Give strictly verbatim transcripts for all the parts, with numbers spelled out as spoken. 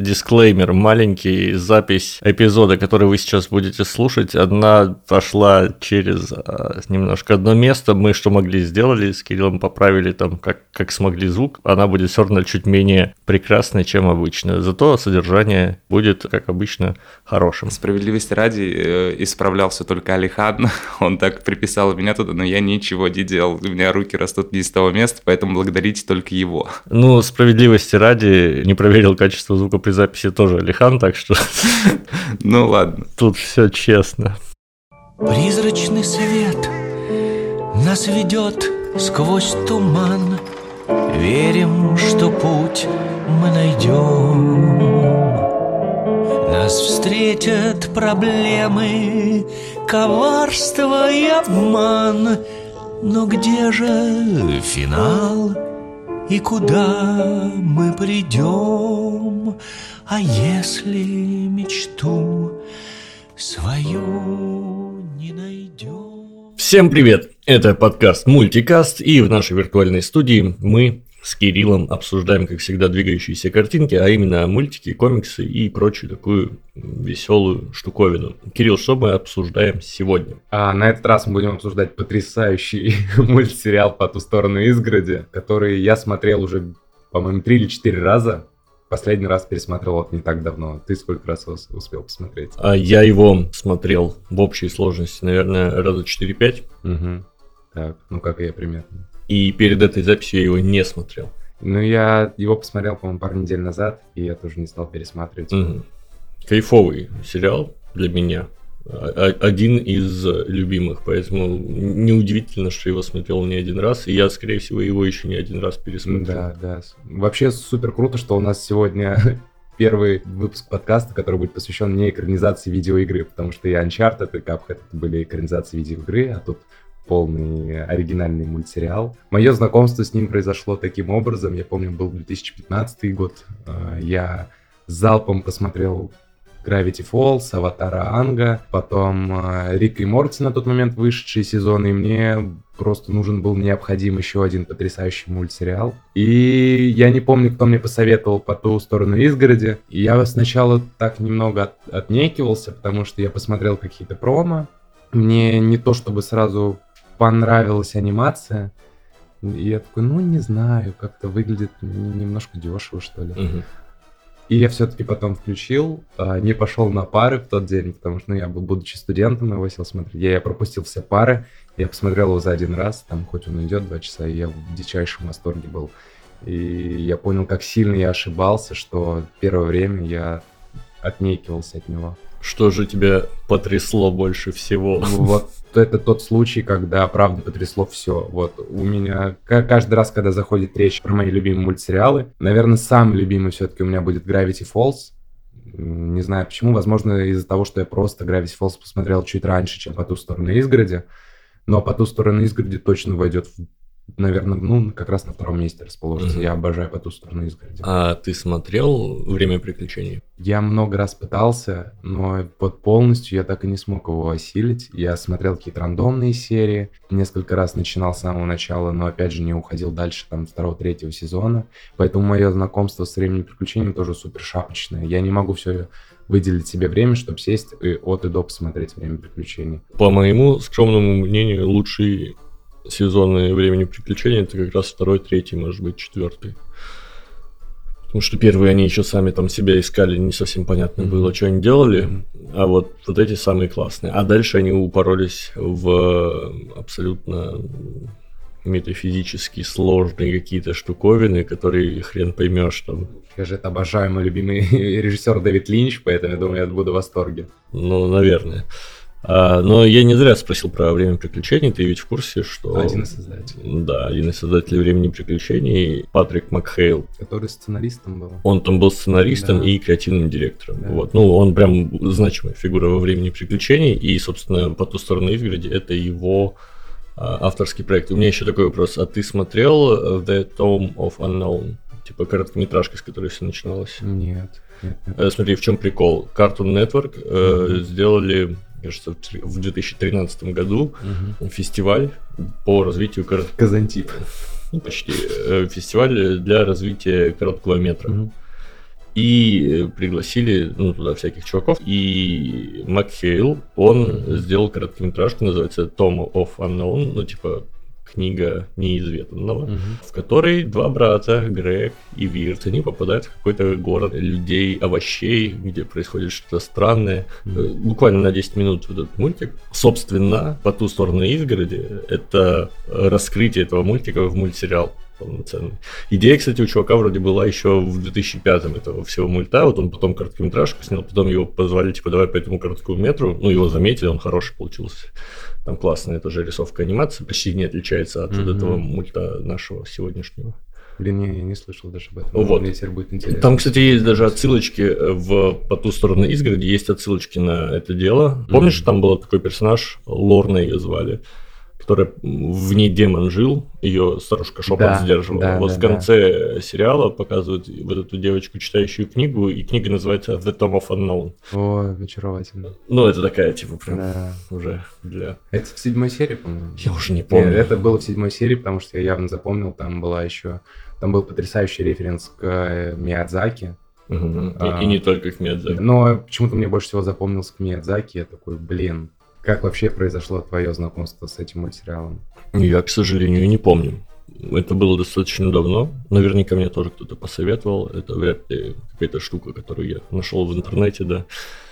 Дисклеймер маленький, запись эпизода, который вы сейчас будете слушать, она пошла через а, немножко одно место. Мы что могли сделали, с Кириллом поправили там, как, как смогли звук. Она будет все равно чуть менее прекрасной, чем обычно. Зато содержание будет, как обычно, хорошим. Справедливости ради, э, исправлялся только Алихан. Он так приписал меня туда, но я ничего не делал. У меня руки растут не с того места, поэтому благодарите только его. Ну, справедливости ради, не проверил качество звука при записи тоже Алихан, так что... Ну ладно. Тут все честно. Призрачный свет нас ведет сквозь туман. Верим, что путь мы найдем. Нас встретят проблемы, коварство и обман. Но где же финал и куда мы придем? А если мечту свою не найдем? Всем привет! Это подкаст Мультикаст, и в нашей виртуальной студии мы с Кириллом обсуждаем, как всегда, двигающиеся картинки, а именно мультики, комиксы и прочую такую веселую штуковину. Кирилл, что мы обсуждаем сегодня? А на этот раз мы будем обсуждать потрясающий мультсериал «По ту сторону изгороди», который я смотрел уже, по-моему, три или четыре раза. Последний раз пересмотрел вот не так давно. Ты сколько раз успел посмотреть? А я его смотрел в общей сложности, наверное, раза четыре-пять. Угу. Так, ну как и я примерно. И перед этой записью я его не смотрел. Ну, я его посмотрел, по-моему, пару недель назад, и я тоже не стал пересматривать. Угу. Кайфовый сериал для меня. Один из любимых, поэтому неудивительно, что его смотрел не один раз, и я, скорее всего, его еще не один раз пересмотрел. Да, да. Вообще супер круто, что у нас сегодня первый выпуск подкаста, который будет посвящен не экранизации видеоигры, потому что и Uncharted, и Cuphead это были экранизации видеоигры, а тут полный оригинальный мультсериал. Мое знакомство с ним произошло таким образом. Я помню, был две тысячи пятнадцатый год. Я залпом посмотрел Gravity Falls, Аватара Аанга, потом Рик и Морти на тот момент вышедшие сезоны, и мне просто нужен был необходим еще один потрясающий мультсериал. И я не помню, кто мне посоветовал «По ту сторону изгороди». И я сначала так немного от, отнекивался, потому что я посмотрел какие-то промо. Мне не то чтобы сразу понравилась анимация. И я такой, ну не знаю, как-то выглядит немножко дешево, что ли. Угу. И я все-таки потом включил, не пошел на пары в тот день, потому что ну, я был, будучи студентом, его сел смотреть. Я, я пропустил все пары, я посмотрел его за один раз, там хоть он идет два часа, и я в дичайшем восторге был. И я понял, как сильно я ошибался, что первое время я отнекивался от него. Что же тебя потрясло больше всего? Вот это тот случай, когда правда потрясло все. Вот у меня каждый раз, когда заходит речь про мои любимые мультсериалы, наверное, самый любимый все-таки у меня будет Gravity Falls. Не знаю почему, возможно, из-за того, что я просто Gravity Falls посмотрел чуть раньше, чем «По ту сторону изгороди». Но «По ту сторону изгороди» точно войдет в, наверное, ну, как раз на втором месте расположится. Mm-hmm. Я обожаю «По ту сторону изгороди». А ты смотрел «Время приключений»? Я много раз пытался, но вот полностью я так и не смог его осилить. Я смотрел какие-то рандомные серии, несколько раз начинал с самого начала, но опять же не уходил дальше там второго-третьего сезона. Поэтому мое знакомство с «Временем приключений» тоже супер шапочное. Я не могу все выделить себе время, чтобы сесть и от и до посмотреть «Время приключений». По моему скромному мнению, лучший сезоны «Времени приключений» это как раз второй, третий, может быть, четвертый. Потому что первые они еще сами там себя искали, не совсем понятно mm-hmm. было, что они делали. Mm-hmm. А вот, вот эти самые классные. А дальше они упоролись в абсолютно метафизически сложные какие-то штуковины, которые хрен поймешь там. Я же это обожаю, мой любимый режиссер Дэвид Линч, поэтому я думаю, я буду в восторге. Ну, наверное. А, но я не зря спросил про «Время приключений», ты ведь в курсе, что... Один из создателей. Да, один из создателей «Времени приключений», Патрик Макхейл. Который сценаристом был. Он там был сценаристом да. и креативным директором. Да. Вот. Ну, он прям значимая фигура во «Времени приключений», и, собственно, «По ту сторону изгороди» — это его а, авторский проект. У меня еще такой вопрос. А ты смотрел «The Tome of Unknown»? Типа короткометражка, с которой все начиналось? Нет. нет, нет. Смотри, в чем прикол. Cartoon Network mm-hmm. э, сделали... кажется, в две тысячи тринадцатом году угу. фестиваль по развитию корот... Казантип. Ну, почти. Фестиваль для развития короткого метра. Угу. И пригласили ну, туда всяких чуваков. И Макхейл, он mm-hmm. сделал короткометражку, называется Tome of Unknown, ну типа книга неизведанного, mm-hmm. в которой два брата, Грег и Вирт, они попадают в какой-то город людей, овощей, где происходит что-то странное. Mm-hmm. Буквально на десять минут в этот мультик. Собственно, «По ту сторону изгороди» — это раскрытие этого мультика в мультсериал полноценный. Идея, кстати, у чувака вроде была еще в две тысячи пятом этого всего мульта, вот он потом короткометражку снял, потом его позвали, типа, давай по этому короткому метру, ну, его заметили, он хороший получился. Там классная тоже рисовка, анимация, почти не отличается от mm-hmm. этого мульта нашего сегодняшнего. Блин, не, я не слышал даже об этом. Вот. Мне теперь будет интересно. Там, кстати, есть даже отсылочки в «По ту сторону изгороди», есть отсылочки на это дело. Помнишь, mm-hmm. там был такой персонаж, Лорна ее звали, которая в ней демон жил, ее старушка шепот да, сдерживала. Да, вот да, в конце да. сериала показывают вот эту девочку, читающую книгу, и книга называется The Tome of Unknown. О, очаровательно. Ну, это такая, типа, прям да. уже для... Это в седьмой серии, по-моему? Я уже не помню. Нет, это было в седьмой серии, потому что я явно запомнил, там была еще... Там был потрясающий референс к Миядзаки. Угу. А, и, и не только к Миядзаки. Но почему-то мне больше всего запомнился к Миядзаки. Я такой, блин... Как вообще произошло твое знакомство с этим мультсериалом? Я, к сожалению, не помню. Это было достаточно давно. Наверняка мне тоже кто-то посоветовал. Это вряд ли какая-то штука, которую я нашел в интернете, да.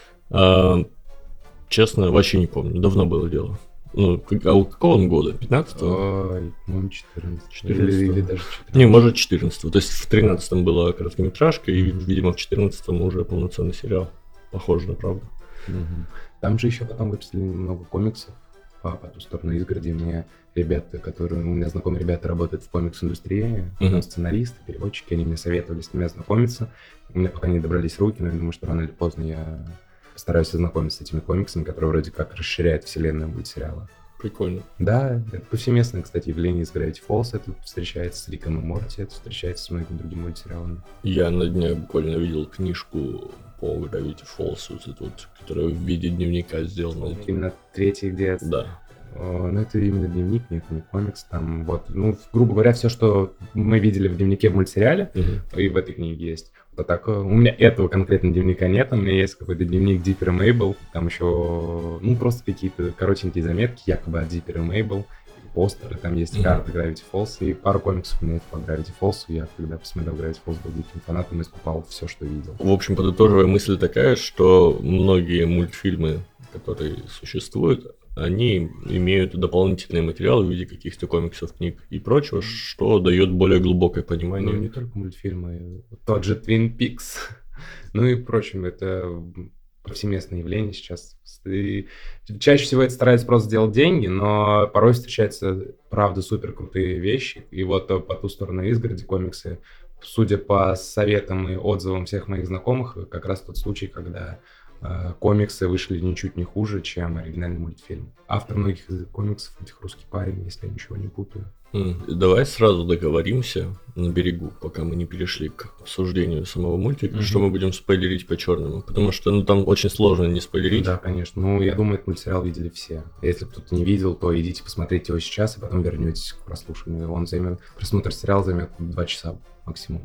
А, честно, вообще не помню. Давно было дело. Ну, как, а у какого он года? пятнадцатого? Ой, по-моему, четырнадцатого. четырнадцатого. Или, или даже четырнадцатого. Не, может, четырнадцатого. То есть в тринадцатом была короткометражка, и, видимо, в четырнадцатом уже полноценный сериал. Похоже на правду. Угу. Там же еще потом выпустили много комиксов по, по ту сторону изгороди. Мне ребята, которые... У меня знакомые ребята работают в комикс-индустрии, uh-huh. сценаристы, переводчики, они мне советовали с ними ознакомиться. У меня пока не добрались руки, но я думаю, что рано или поздно я постараюсь ознакомиться с этими комиксами, которые вроде как расширяют вселенную мультсериала. Прикольно. Да, это повсеместное, кстати, явление из Gravity Falls. Это встречается с Риком и Морти, это встречается с многими другими мультсериалами. Я на днях буквально видел книжку по Gravity Falls, вот эту вот, которая в виде дневника сделана. Именно третий, где... Да. Ну, это именно дневник, нет, не комикс. Там вот, ну, грубо говоря, все, что мы видели в дневнике в мультсериале, uh-huh. и в этой книге есть. Вот так, у меня этого конкретно дневника нет, у меня есть какой-то дневник Диппер и Мейбл, там еще, ну, просто какие-то коротенькие заметки, якобы от Диппер и Мейбл, постеры, там есть uh-huh. карта Gravity Falls, и пару комиксов у меня есть по Gravity Falls. Я, когда посмотрел Gravity Falls, был диким фанатом и скупал все, что видел. В общем, подытоживая, мысль такая, что многие мультфильмы, которые существуют, они имеют дополнительные материалы в виде каких-то комиксов, книг и прочего, что дает более глубокое понимание. Ну, не только мультфильмы, тот же Twin Peaks, ну и прочим, это повсеместное явление сейчас. И чаще всего это стараются просто сделать деньги, но порой встречаются, правда, супер крутые вещи. И вот по ту сторону изгороди комиксы, судя по советам и отзывам всех моих знакомых, как раз тот случай, когда э, комиксы вышли ничуть не хуже, чем оригинальный мультфильм. Автор многих из комиксов, этих русский парень, если я ничего не путаю. Давай сразу договоримся на берегу, пока мы не перешли к обсуждению самого мультика, mm-hmm. что мы будем спойлерить по черному, потому что ну там очень сложно не спойлерить. Да, конечно. Ну, я думаю, этот мультсериал видели все. Если кто-то не видел, то идите посмотрите его сейчас, и потом вернетесь к прослушиванию. Он займет, просмотр сериала займет два часа максимум.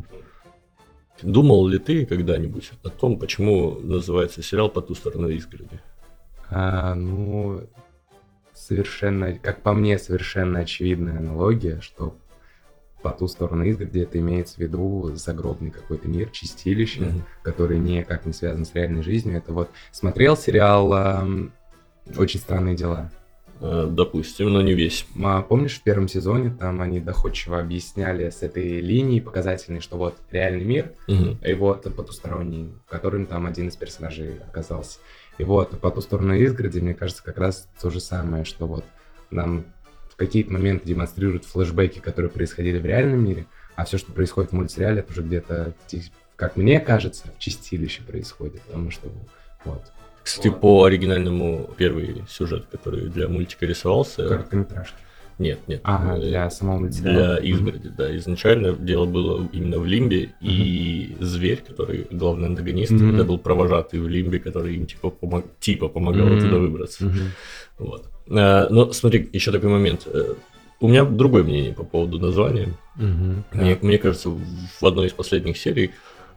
Думал ли ты когда-нибудь о том, почему называется сериал «По ту сторону изгороди»? А, ну... Совершенно, как по мне, совершенно очевидная аналогия, что по ту сторону изгороди это имеется в виду загробный какой-то мир, чистилище, mm-hmm. который никак не связан с реальной жизнью. Это вот смотрел сериал э, «Очень странные дела». Uh, допустим, но не весь. А, помнишь, в первом сезоне там они доходчиво объясняли с этой линией показательной, что вот реальный мир, uh-huh. и вот потусторонний, которым там один из персонажей оказался. И вот по ту сторону изгороди, мне кажется, как раз то же самое, что вот нам в какие-то моменты демонстрируют флешбеки, которые происходили в реальном мире, а все, что происходит в мультсериале, это уже где-то, как мне кажется, в чистилище происходит, потому что вот. Кстати, по оригинальному первый сюжет, который для мультика рисовался... Короткометражки. Нет, нет. Ага, для самого мультсериала. Для изгороди, mm-hmm. да. Изначально дело было именно в Лимбе, mm-hmm. и зверь, который главный антагонист, mm-hmm. это был провожатый в Лимбе, который им типа, помог... типа помогал mm-hmm. туда выбраться. Mm-hmm. Вот. А, но смотри, еще такой момент. У меня другое мнение по поводу названия. Mm-hmm. Мне, yeah. мне кажется, в одной из последних серий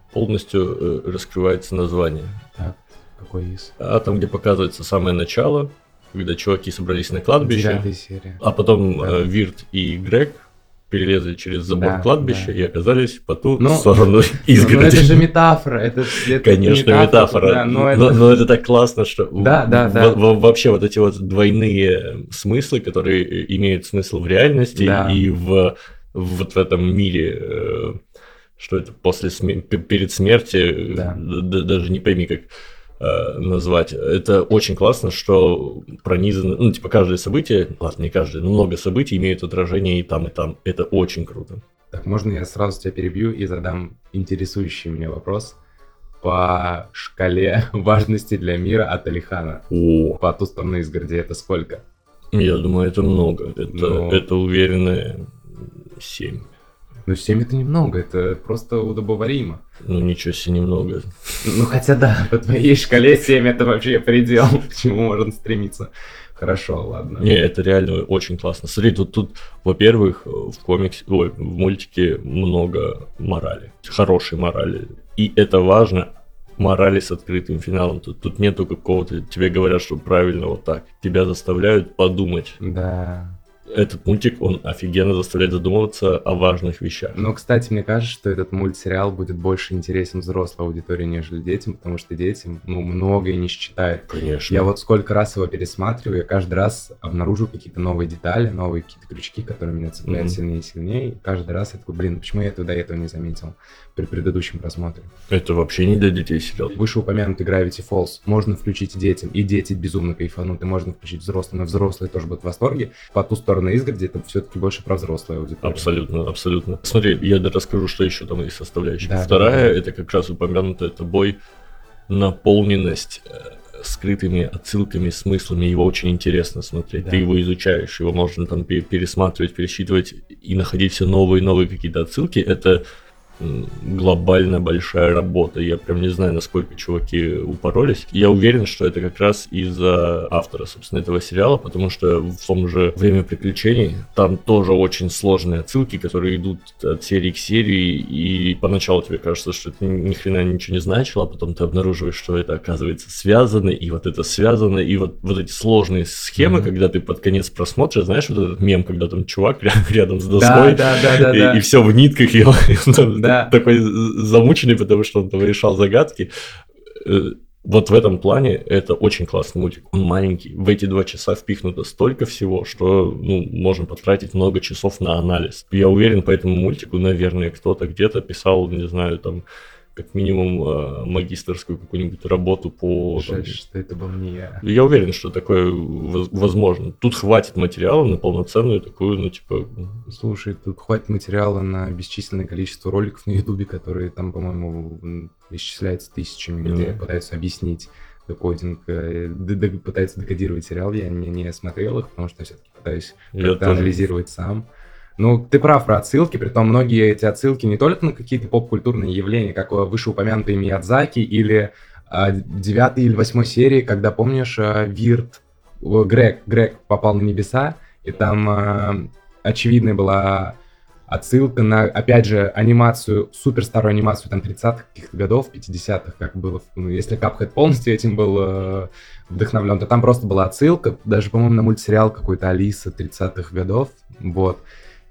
полностью э, раскрывается название. Так, какой из? А там, где показывается самое начало, когда чуваки собрались на кладбище, Девятая серия. а потом Да. э, Вирт и Грег перелезли через забор Да, кладбища да. и оказались по ту Ну, сторону Ну, изгороди. это же метафора, это, это Конечно, метафора. да, но но, это- но это так классно, что Да, да, в- да. в- вообще вот эти вот двойные смыслы, которые имеют смысл в реальности Да. и в вот в этом мире, э, что это после сме- п- перед смертью, Да. д- д- даже не пойми как э, назвать. Это очень классно, что пронизано, ну типа каждое событие, ладно, не каждое, но много событий имеют отражение и там, и там. Это очень круто. Так, можно я сразу тебя перебью и задам интересующий меня вопрос по шкале важности для мира от Алихана? О, По ту сторону изгороди это сколько? я думаю, это много. Это, Ну. это уверенное семь. Ну, семь это немного, это просто удобоваримо. Ну, ничего себе, немного. Ну, хотя да, по твоей шкале семь это вообще предел, к чему можно стремиться. Хорошо, ладно. Не, это реально очень классно. Смотри, тут, тут, во-первых, в комиксе, ой, в мультике много морали. Хорошей морали. И это важно. Морали с открытым финалом. Тут, тут нету какого-то... Тебе говорят, что правильно вот так. Тебя заставляют подумать. Да. Этот мультик, он офигенно заставляет задумываться о важных вещах. Но, кстати, мне кажется, что этот мультсериал будет больше интересен взрослой аудитории, нежели детям, потому что детям, ну, многое не считают. Конечно. Я вот сколько раз его пересматриваю, я каждый раз обнаружу какие-то новые детали, новые какие-то крючки, которые меня цепляют Мгм. сильнее и сильнее. И каждый раз я такой, блин, почему я этого до этого не заметил при предыдущем просмотре? Это вообще не для детей сериал. Вышеупомянутый Gravity Falls можно включить и детям, и дети безумно кайфанут, и можно включить взрослым, и взрослые тоже будут в восторге. По ту сторону изгороди это все-таки больше про взрослую аудиторию. Абсолютно, абсолютно. Смотри, я расскажу, что еще там из составляющих. Да, Вторая, да, да. это как раз упомянутая тобой наполненность э, скрытыми отсылками, смыслами. Его очень интересно смотреть. Да. Ты его изучаешь, его можно там пе- пересматривать, пересчитывать и находить все новые и новые какие-то отсылки. Это м, глобально большая работа. Я прям не знаю, насколько чуваки упоролись. Я уверен, что это как раз из-за автора, собственно, этого сериала, потому что в том же «Время приключений» там тоже очень сложные отсылки, которые идут от серии к серии, и поначалу тебе кажется, что это ни хрена ничего не значило, а потом ты обнаруживаешь, что это оказывается связано, и вот это связано, и вот, вот эти сложные схемы, Мгм. когда ты под конец просмотра, знаешь, вот этот мем, когда там чувак ря- рядом с Да, доской, да, да, да, и, да. все в нитках, и он, и он там Да. такой замученный, потому что он там решал загадки. Э, Вот в этом плане это очень классный мультик. Он маленький. В эти два часа впихнуто столько всего, что ну, можем потратить много часов на анализ. Я уверен, по этому мультику, наверное, кто-то где-то писал, не знаю, там, как минимум э, магистерскую какую-нибудь работу по... там, Жаль, что это был не я. я уверен, что такое воз- возможно. Тут хватит материала на полноценную такую, ну, типа... Слушай, тут хватит материала на бесчисленное количество роликов на Ютубе, которые там, по-моему, м, исчисляются тысячами, где Да. пытаются объяснить декодинг, э, д- д- пытаются декодировать сериал. Я не, не смотрел их, потому что я все-таки пытаюсь Я как-то тоже. анализировать сам. Ну, ты прав про отсылки, притом многие эти отсылки не только на какие-то поп-культурные явления, как вышеупомянутые Миядзаки или а, девятой или восьмой серии, когда, помнишь, а, Вирт, о, Грег, Грег попал на небеса, и там а, очевидная была отсылка на, опять же, анимацию, супер старую анимацию там тридцатых каких-то годов, пятидесятых, как было, ну, если Cuphead полностью этим был э, вдохновлен, то там просто была отсылка, даже, по-моему, на мультсериал какой-то Алиса тридцатых годов, вот.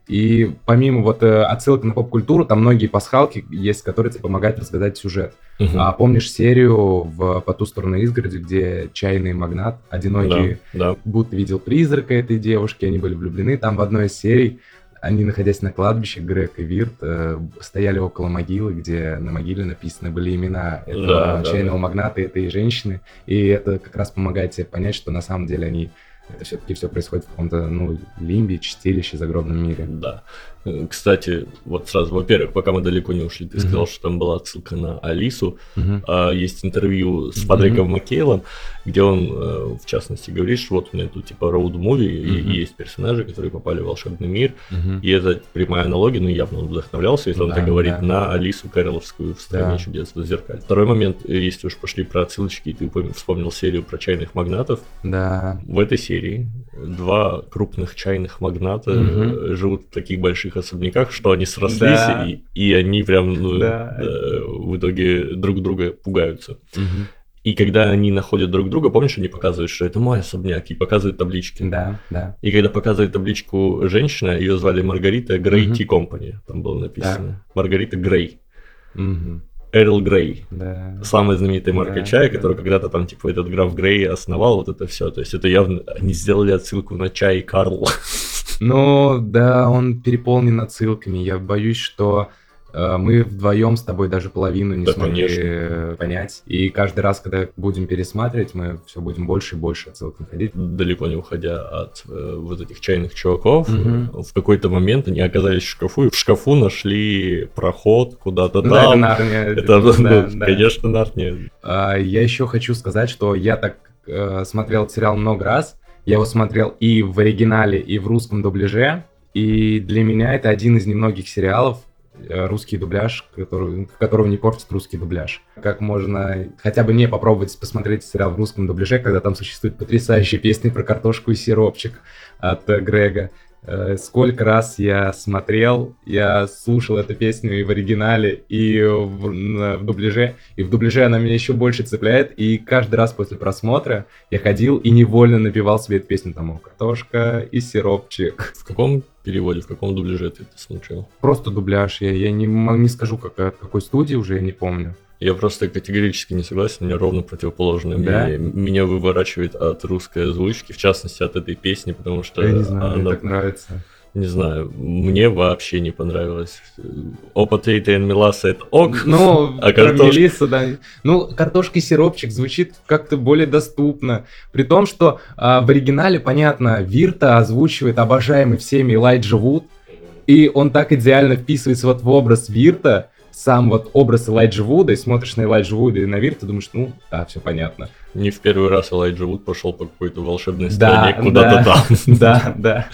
И помимо вот э, отсылок на поп-культуру, там многие пасхалки есть, которые тебе помогают разгадать сюжет. Мгм. А помнишь серию в «По ту сторону изгороди», где чайный магнат, одинокий, Да, да. будто видел призрака этой девушки, они были влюблены. Там в одной из серий, они, находясь на кладбище, Грег и Вирт э, стояли около могилы, где на могиле написаны были имена этого Да, да, чайного да. магната и этой женщины. И это как раз помогает тебе понять, что на самом деле они... Это все-таки все происходит в каком-то, ну, лимбе, чистилище, загробном мире. Да. Э, Кстати, вот сразу, во-первых, пока мы далеко не ушли, ты Мгм. сказал, что там была отсылка на Алису. Мгм. А, есть интервью с Мгм. Патриком Маккейлом, где он, э, в частности, говорит, что вот у меня тут типа роуд-муви, и Мгм. есть персонажи, которые попали в волшебный мир, Мгм. и это прямая аналогия, ну явно он вдохновлялся, если он Да, так говорит, да. на Алису Кэрроловскую в «Стране Да. чудес» в зеркале. Второй момент, э, если уж пошли про отсылочки, и ты упомя- вспомнил серию про чайных магнатов, Да. в этой серии два крупных чайных магната Мгм. э, живут в таких больших особняках, что они срослись, Да. и, и они прям ну, Да. э, в итоге друг друга пугаются. Мгм. И когда они находят друг друга, помнишь, они показывают, что это мой особняк, и показывают таблички. Да, да. И когда показывает табличку женщина, ее звали Маргарита Грей Мгм. Ти Компани, там было написано. Маргарита Грей. Мгм. Эрл Грей. Да. Самая знаменитая марка Да, чая, да. которую когда-то там, типа, этот граф Грей основал, вот это все. То есть это явно они сделали отсылку на чай Карл. Ну, да, он переполнен отсылками. Я боюсь, что э, мы вдвоем с тобой даже половину не Да, смогли конечно. э, понять. И каждый раз, когда будем пересматривать, мы все будем больше и больше отсылок находить. Далеко не уходя от э, вот этих чайных чуваков, Мгм. э, в какой-то момент они оказались в шкафу, и в шкафу нашли проход куда-то Ну, да, это там. Нарния. Это, Да, ну, да. конечно, Нарния. А, я еще хочу сказать, что я так э, смотрел этот сериал много раз. Я его смотрел и в оригинале, и в русском дубляже. И для меня это один из немногих сериалов, э, русский дубляж, который, которого не портит русский дубляж. Как можно хотя бы не попробовать посмотреть сериал в русском дубляже, когда там существуют потрясающие песни про картошку и сиропчик от э, Грега. Э, Сколько раз я смотрел, я слушал эту песню и в оригинале, и в, на- в дубляже. И в дубляже она меня еще больше цепляет. И каждый раз после просмотра я ходил и невольно напевал себе эту песню. Там «О, картошка и сиропчик». В каком переводе, в каком дубляже ты это смотрел? Просто дубляж. Я, я не, м- не скажу, как, от какой студии уже, я не помню. Я просто категорически не согласен, у меня ровно противоположное Да? мнение. Меня выворачивает от русской озвучки, в частности от этой песни, потому что Я не знаю, мне она, так нравится. не знаю, мне вообще не понравилось. Опа, Тейта и Меласа это ок, Ну, А про картошка? Мелиссу, да. Ну, картошка и сиропчик звучит как-то более доступно. При том, что а, в оригинале, понятно, Вирта озвучивает обожаемый всеми Элайджа Вуд, и он так идеально вписывается вот в образ Вирта, сам вот образ Элайджа Вуда, и смотришь на Элайджа Вуда и на Вирта, думаешь, ну, да, все понятно. не в первый раз Элайджа Вуд пошел по какой-то волшебной Да, стране куда-то да. там. Да,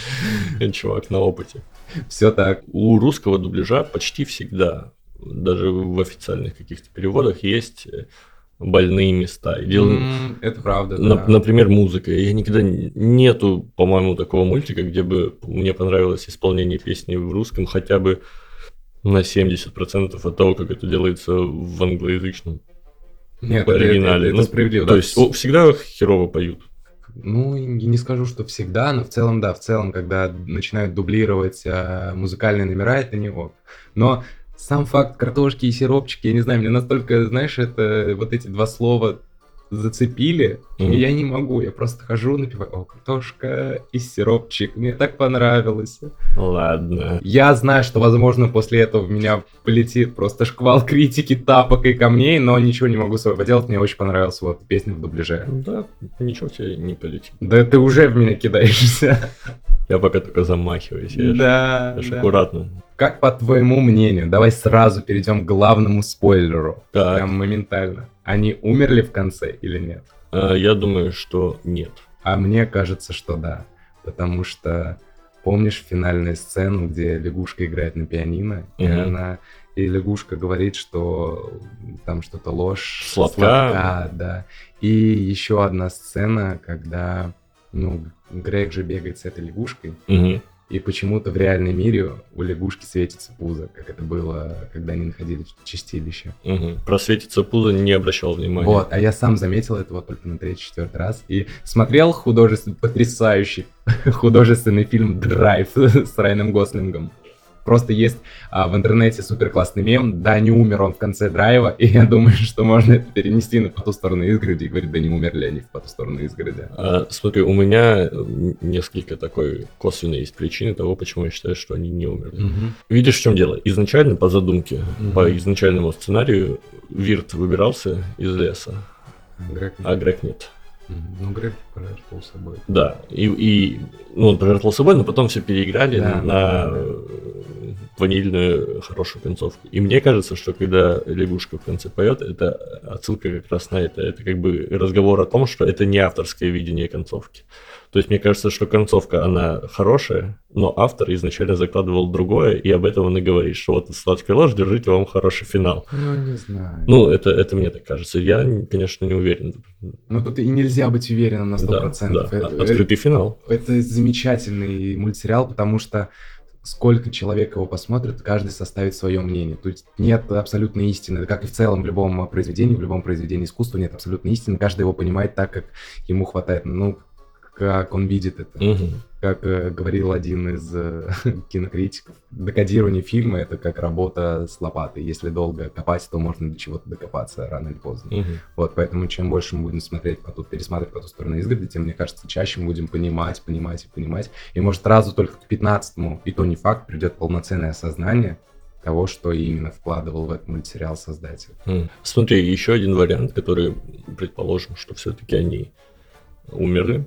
да, Чувак на опыте. все так. У русского дубляжа почти всегда, даже в официальных каких-то переводах, есть э, больные места. И дело- М, Это правда, На- да. Например, музыка. Я никогда не- нету, по-моему, такого мультика, где бы мне понравилось исполнение песни в русском хотя бы на семьдесят процентов от того, как это делается в англоязычном Нет, в это- оригинале. это Ну, справедливо. То да. есть о, всегда херово поют. Ну, и не скажу, что всегда, но в целом, да, в целом, когда начинают дублировать а, музыкальные номера, это не ок. Но сам факт картошки и сиропчики, я не знаю, мне настолько, знаешь, это вот эти два слова зацепили, Мгм. и я не могу, я просто хожу, напиваю, о, картошка и сиропчик, мне так понравилось. Ладно. Я знаю, что, возможно, после этого в меня полетит просто шквал критики, тапок и камней, но ничего не могу с собой поделать, мне очень понравилась вот песня в дубляже. Да, ничего тебе не полетит. Да ты уже в меня кидаешься. Я пока только замахиваюсь. Я ж- Да, я ж да. аккуратно. Как по твоему мнению, давай сразу перейдем к главному спойлеру. Так. Прям моментально. Они умерли в конце или нет? А, я думаю, что нет. А мне кажется, что да. Потому что помнишь финальную сцену, где лягушка играет на пианино, и Мгм. она и лягушка говорит, что там что-то ложь, Сладка. сладка, да. И еще одна сцена, когда ну Грег же бегает с этой лягушкой, Мгм. и почему-то в реальном мире у лягушки светится пузо, как это было, когда они находились в чистилище. Мгм. Про светится пузо не обращал внимания. Вот, а я сам заметил это вот только на третий-четвертый раз. И смотрел художественный, потрясающий художественный фильм «Драйв» с Райаном Гослингом. Просто есть а, в интернете супер классный мем, да, не умер он в конце драйва, и я думаю, что можно это перенести на «По ту сторону изгороди» и говорить, да не умерли они в «По ту сторону изгороди». А, смотри, у меня м, несколько такой косвенной есть причины того, почему я считаю, что они не умерли. Мгм. Видишь, в чем дело? Изначально, по задумке, Мгм. по изначальному сценарию, Вирт выбирался из леса, Грег... а Грег нет. Мгм. Ну, Грег пожертвовал собой. Да, и, и ну, он пожертвовал собой, но потом все переиграли Да, на да, да. э, ванильную хорошую концовку. И мне кажется, что когда лягушка в конце поет, это отсылка как раз на это. Это как бы разговор о том, что это не авторское видение концовки. То есть мне кажется, что концовка, она хорошая, но автор изначально закладывал другое, и об этом он и говорит, что вот сладкая ложь, держите вам хороший финал. Ну, не знаю. Ну, это, это мне так кажется. Я, конечно, не уверен. Ну, тут и нельзя быть уверенным на сто Да, процентов. да. Это- Открытый финал. Это замечательный мультсериал, потому что сколько человек его посмотрит, каждый составит свое мнение. То есть нет абсолютной истины. Как и в целом в любом произведении, в любом произведении искусства нет абсолютной истины. Каждый его понимает так, как ему хватает. Ну, как он видит это. Мгм. Как э, говорил один из э, кинокритиков, декодирование фильма — это как работа с лопатой. Если долго копать, то можно до чего-то докопаться рано или поздно. Мгм. Вот, поэтому чем больше мы будем смотреть, по ту- пересматривать по ту сторону изгороди, тем, мне кажется, чаще мы будем понимать, понимать и понимать. И может сразу только к пятнадцатому, и то не факт, придет полноценное осознание того, что именно вкладывал в этот мультсериал создатель. М. Смотри, еще один вариант, который, предположим, что все-таки они умерли,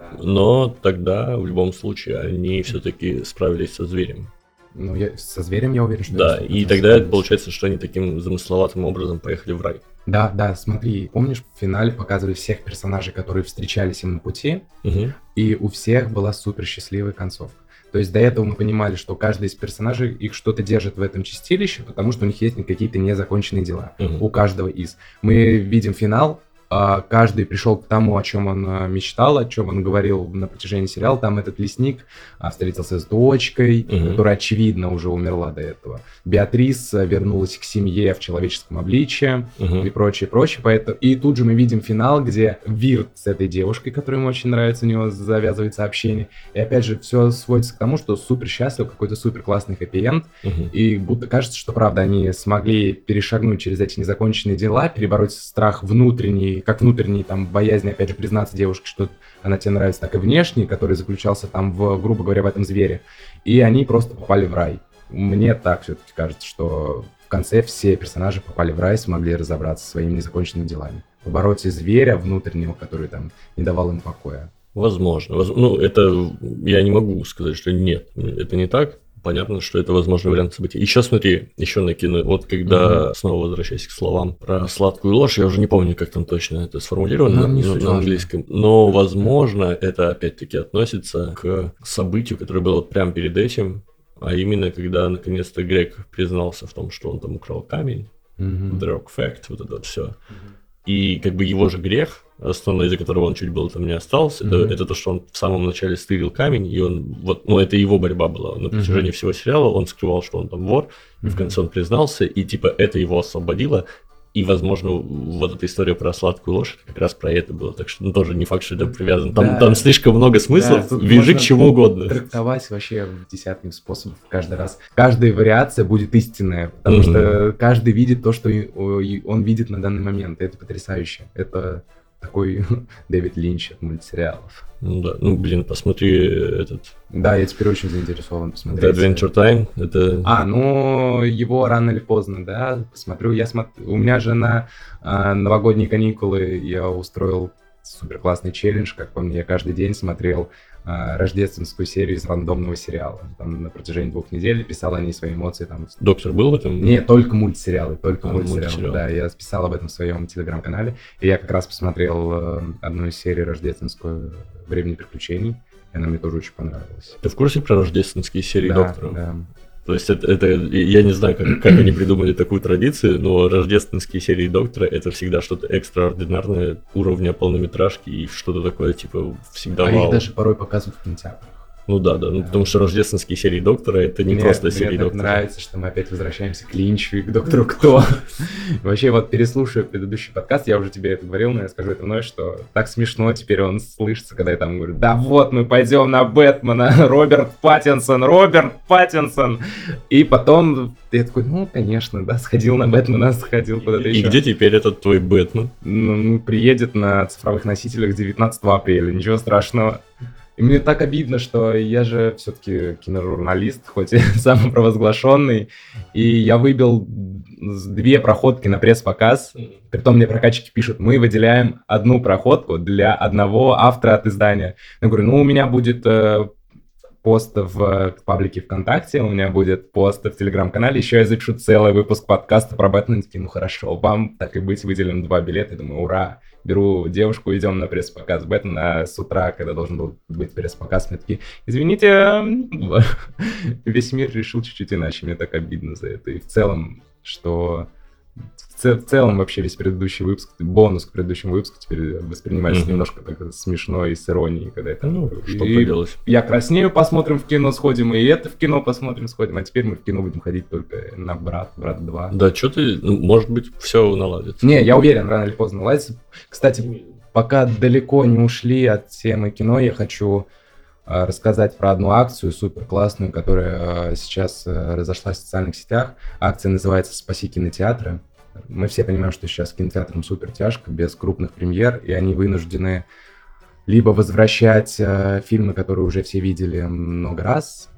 но тогда в любом случае они все-таки справились со зверем. Ну, я, со зверем я уверен, что... Да, они и справились. тогда это получается, что они таким замысловатым образом поехали в рай. Да, да, смотри, помнишь, в финале показывали всех персонажей, которые встречались им на пути, Мгм. и у всех была супер счастливая концовка. То есть до этого мы понимали, что каждый из персонажей их что-то держит в этом чистилище, потому что у них есть какие-то незаконченные дела. Мгм. У каждого из. Мы видим финал, а, каждый пришел к тому, о чем он а, мечтал, о чем он говорил на протяжении сериала. Там этот лесник а, встретился с дочкой, Мгм. которая, очевидно, уже умерла до этого. Беатрис а, вернулась к семье в человеческом обличье Мгм. и прочее, прочее. Поэтому... И тут же мы видим финал, где Вирт с этой девушкой, которая ему очень нравится, у него завязывается общение. И опять же, все сводится к тому, что супер счастлив, какой-то супер классный хэппи-энд. Мгм. И будто кажется, что правда, они смогли перешагнуть через эти незаконченные дела, перебороть страх внутренний, как внутренний, там, боязнь, опять же, признаться девушке, что она тебе нравится, так и внешний, который заключался там в, грубо говоря, в этом звере. И они просто попали в рай. Мне так все-таки кажется, что в конце все персонажи попали в рай, смогли разобраться со своими незаконченными делами. Побороть и зверя внутреннего, который там не давал им покоя. Возможно. Воз- Ну, это я не могу сказать, что нет. Это не так. Понятно, что это возможный вариант событий. Еще смотри, еще накину. Вот когда, снова возвращаясь к словам про сладкую ложь, я уже не помню, как там точно это сформулировано Ну, на, не на- суть на важно. английском. Но, возможно, это опять-таки относится к событию, которое было вот прямо перед этим. А именно, когда наконец-то Грег признался в том, что он там украл камень. Мгм. The Rock Fact, вот это вот все. И как бы его же грех, основной, из-за которого он чуть было там не остался, это, Мгм. это то, что он в самом начале стырил камень, и он, вот, ну, это его борьба была. На протяжении всего сериала он скрывал, что он там вор, и в Мгм. конце он признался, и типа это его освободило. И, возможно, вот эта история про сладкую ложь, это как раз про это было. Так что, ну, тоже не факт, что это привязано. Там, Да. там слишком много смыслов, Да, тут вяжи к можно чему угодно. Трактовать вообще в десятки способов каждый раз. Каждая вариация будет истинная, потому Мгм. что каждый видит то, что и- о- и он видит на данный момент. Это потрясающе. Это такой Дэвид Линч от мультсериалов. Ну да, ну, блин, посмотри этот Да, я теперь очень заинтересован The посмотреть. Adventure Time. Это... А, ну, его рано или поздно, да, посмотрю. Я смотрю, у меня же на а, новогодние каникулы я устроил супер классный челлендж, как по мне, я каждый день смотрел а, рождественскую серию из рандомного сериала. Там на протяжении двух недель писал о ней свои эмоции. Там... Доктор был в этом? Не, только мультсериалы, только А, мультсериалы. мультсериал. Да, я писал об этом в своем телеграм-канале. И я как раз посмотрел э, одну из серий рождественскую «Времени приключений». И она мне тоже очень понравилась. Ты в курсе про рождественские серии Да, Доктора? да. То есть это, это я не знаю, как, как они придумали такую традицию, но рождественские серии Доктора это всегда что-то экстраординарное уровня полнометражки и что-то такое типа всегда А вау. их даже порой показывают в кинотеатрах. Ну да, да, ну потому что рождественские серии Доктора это не Мне- просто мне серии так Доктора. нравится, что мы опять возвращаемся к Линчу и к Доктору Кто. Вообще, вот переслушивая предыдущий подкаст, я уже тебе это говорил, но я скажу это вновь, что так смешно теперь он слышится, когда я там говорю: да вот, мы пойдем на Бэтмена, Роберт Паттинсон, Роберт Паттинсон. И потом я такой: ну, конечно, да, сходил на Бэтмена, сходил куда-то И еще. где теперь этот твой Бэтмен? Ну, приедет на цифровых носителях девятнадцатого апреля, ничего страшного. И мне так обидно, что я же все-таки киножурналист, хоть и самопровозглашенный, и я выбил две проходки на пресс-показ. Притом мне прокатчики пишут: мы выделяем одну проходку для одного автора от издания. Я говорю: ну, у меня будет э, пост в паблике ВКонтакте, у меня будет пост в Телеграм-канале, еще я запишу целый выпуск подкаста про Бэтмена. Такие: ну хорошо, вам, так и быть, выделим два билета. Я думаю: ура! Беру девушку, идем на пресс-показ Бэтмена. А с утра, когда должен был быть пресс-показ, мне такие: извините, весь мир решил чуть-чуть иначе. Мне так обидно за это. И в целом, что в целом вообще весь предыдущий выпуск, бонус к предыдущему выпуску теперь воспринимается Мгм. немножко так смешно и с иронией, когда это... Ну, что и поделать. я краснею, посмотрим в кино, сходим, и это в кино посмотрим, сходим, а теперь мы в кино будем ходить только на «Брат», «Брат два». Да, что ты, ну, может быть, все наладится. Не, я уверен, рано или поздно наладится. Кстати, пока далеко не ушли от темы кино, я хочу э, рассказать про одну акцию супер классную, которая э, сейчас э, разошлась в социальных сетях. Акция называется «Спаси кинотеатры». Мы все понимаем, что сейчас кинотеатрам супер тяжко, без крупных премьер, и они вынуждены либо возвращать э, фильмы, которые уже все видели много раз,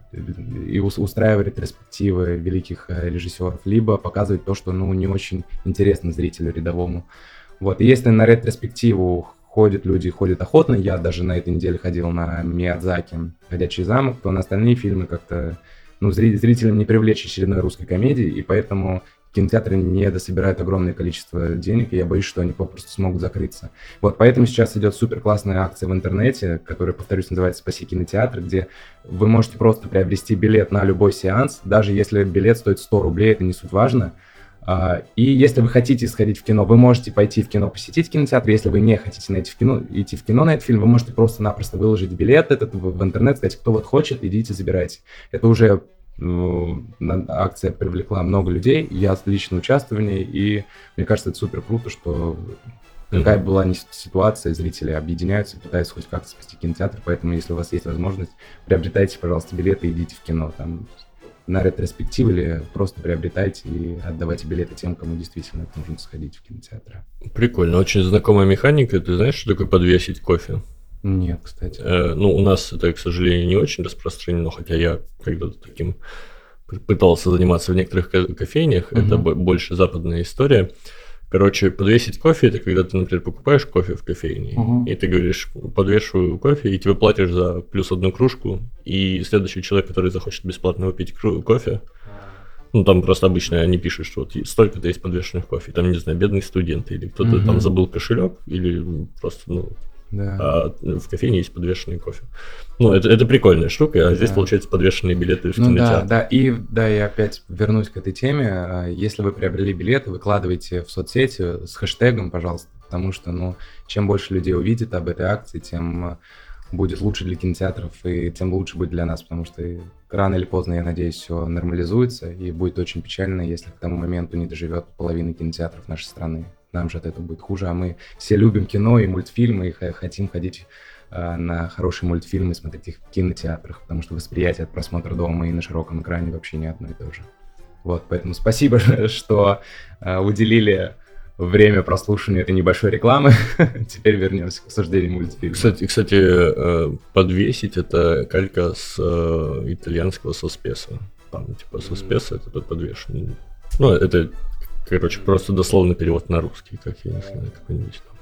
и ус- устраивать ретроспективы великих э, режиссеров, либо показывать то, что ну, не очень интересно зрителю рядовому. Вот. И если на ретроспективу ходят люди, ходят охотно, я даже на этой неделе ходил на Миядзаки «Ходячий замок», то на остальные фильмы как-то ну, зри- зрителям не привлечь очередной русской комедии, и поэтому кинотеатры не дособирают огромное количество денег, и я боюсь, что они попросту смогут закрыться. Вот поэтому сейчас идет супер классная акция в интернете, которая, повторюсь, называется «Спаси кинотеатр», где вы можете просто приобрести билет на любой сеанс, даже если билет стоит сто рублей, это не суть важно. А, И если вы хотите сходить в кино, вы можете пойти в кино, посетить кинотеатр. Если вы не хотите найти в кино, идти в кино на этот фильм, вы можете просто-напросто выложить билет этот в, в интернет, сказать, кто вот хочет, идите, забирайте. Это уже ну, на- акция привлекла много людей, я лично участвую в ней, и мне кажется, это супер круто, что какая Мгм. бы была ни с- ситуация, зрители объединяются и пытаются хоть как-то спасти кинотеатр, поэтому если у вас есть возможность, приобретайте, пожалуйста, билеты и идите в кино, там, на ретроспективу или просто приобретайте и отдавайте билеты тем, кому действительно нужно сходить в кинотеатр. Прикольно, очень знакомая механика. Ты знаешь, что такое подвесить кофе? Нет, кстати. Э, ну, у нас это, к сожалению, не очень распространено, хотя я когда-то таким п- пытался заниматься в некоторых ко- кофейнях. Это Мгм. бо- больше западная история. Короче, подвесить кофе — это когда ты, например, покупаешь кофе в кофейне, Мгм. и ты говоришь, подвешиваю кофе, и тебе платишь за плюс одну кружку, и следующий человек, который захочет бесплатно выпить кру- кофе, ну, там просто обычно они пишут, что вот столько-то есть подвешенных кофе, там, не знаю, бедный студент, или кто-то Мгм. там забыл кошелек, или просто, ну, Да. а в кофейне есть подвешенный кофе. Ну, это, это прикольная штука, а здесь, Да. получается, подвешенные билеты в Ну да, кинотеатр. да, и да, я опять вернусь к этой теме. А, Если вы приобрели билеты, выкладывайте в соцсети с хэштегом, пожалуйста, потому что, ну, чем больше людей увидит об этой акции, тем а, будет лучше для кинотеатров и тем лучше будет для нас, потому что и рано или поздно, я надеюсь, все нормализуется, и будет очень печально, если к тому моменту не доживет половина кинотеатров нашей страны. Нам же от этого будет хуже, а мы все любим кино и мультфильмы, и х- хотим ходить а, на хорошие мультфильмы, смотреть их в кинотеатрах, потому что восприятие от просмотра дома и на широком экране вообще не одно и то же. Вот, поэтому спасибо, что а, уделили время прослушивания этой небольшой рекламы. Теперь вернемся к обсуждению мультфильма. Кстати, кстати, э, подвесить — это калька с э, итальянского соспеса. Там, типа, соспеса — это тот подвешенный. Ну, это, короче, просто дословный перевод на русский, как я не знаю, какой-нибудь там.